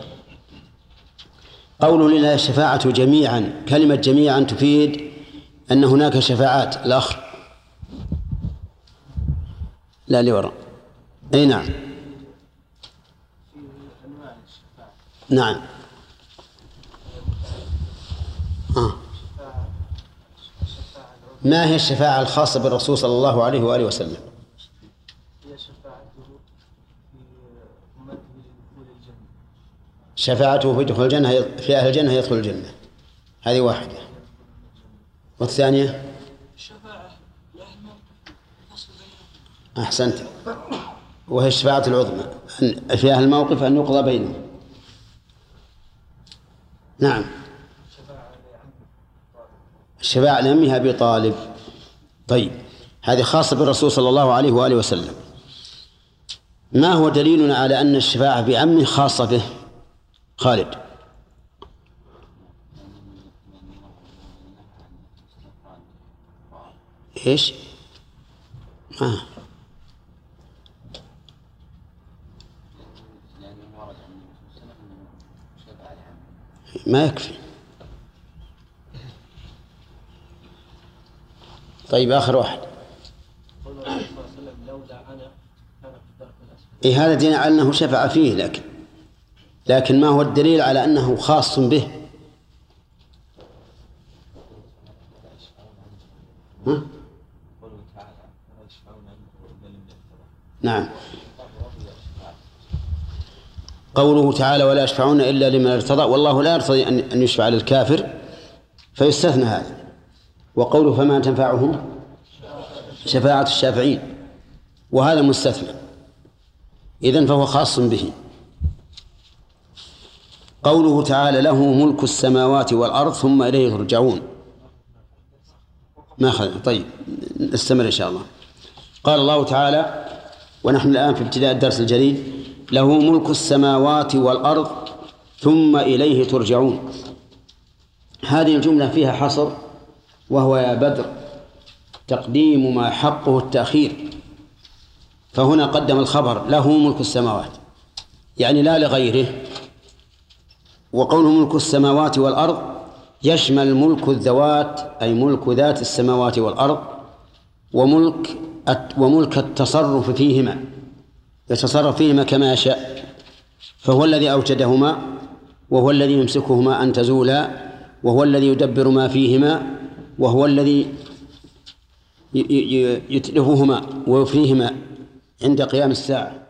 قوله لله الشفاعة جميعا، كلمة جميعا تفيد أن هناك شفاعات. الأخ لا لورا. أي نعم. نعم. ما هي الشفاعة الخاصة بالرسول صلى الله عليه وآله وسلم؟ هي شفاعته في أمته لدخول الجنة. شفاعته في دخول الجنة، في أهل الجنة يدخل الجنة، هذه واحدة. والثانية الشفاعة لأهل الموقف فصل بينهم. أحسنت، وهي الشفاعة العظمى في أهل الموقف أن يقضى بينهم. نعم. الشفاعة لأمها أبي طالب. طيب، هذه خاصة بالرسول صلى الله عليه وآله وسلم. ما هو دليلنا على أن الشفاعة بعمه خاصة به؟ خالد. إيش؟ ما يكفي. طيب، آخر واحد. إيه، هذا دين على أنه شفع فيه، لكن ما هو الدليل على أنه خاص به؟ نعم. قوله تعالى ولا يشفعون إلا لمن ارتضى، والله لا يرتضي أن يشفع للكافر فيستثنى هذا. وقوله فما تنفعهم شفاعة الشافعين، وهذا مستثنى، إذن فهو خاص به. قوله تعالى له ملك السماوات والأرض ثم إليه ترجعون. ما أخذ. طيب، نستمر إن شاء الله. قال الله تعالى ونحن الآن في ابتداء الدرس الجديد له ملك السماوات والأرض ثم إليه ترجعون. هذه الجملة فيها حصر، وهو يا بدر تقديم ما حقه التأخير، فهنا قدم الخبر له ملك السماوات، يعني لا لغيره. وقوله ملك السماوات والأرض يشمل ملك الذوات، أي ملك ذات السماوات والأرض، وملك التصرف فيهما، يتصرف فيهما كما يشاء، فهو الذي أوجدهما، وهو الذي يمسكهما أن تزولا، وهو الذي يدبر ما فيهما، وهو الذي يتلفهما ويفنيهما عند قيام الساعة.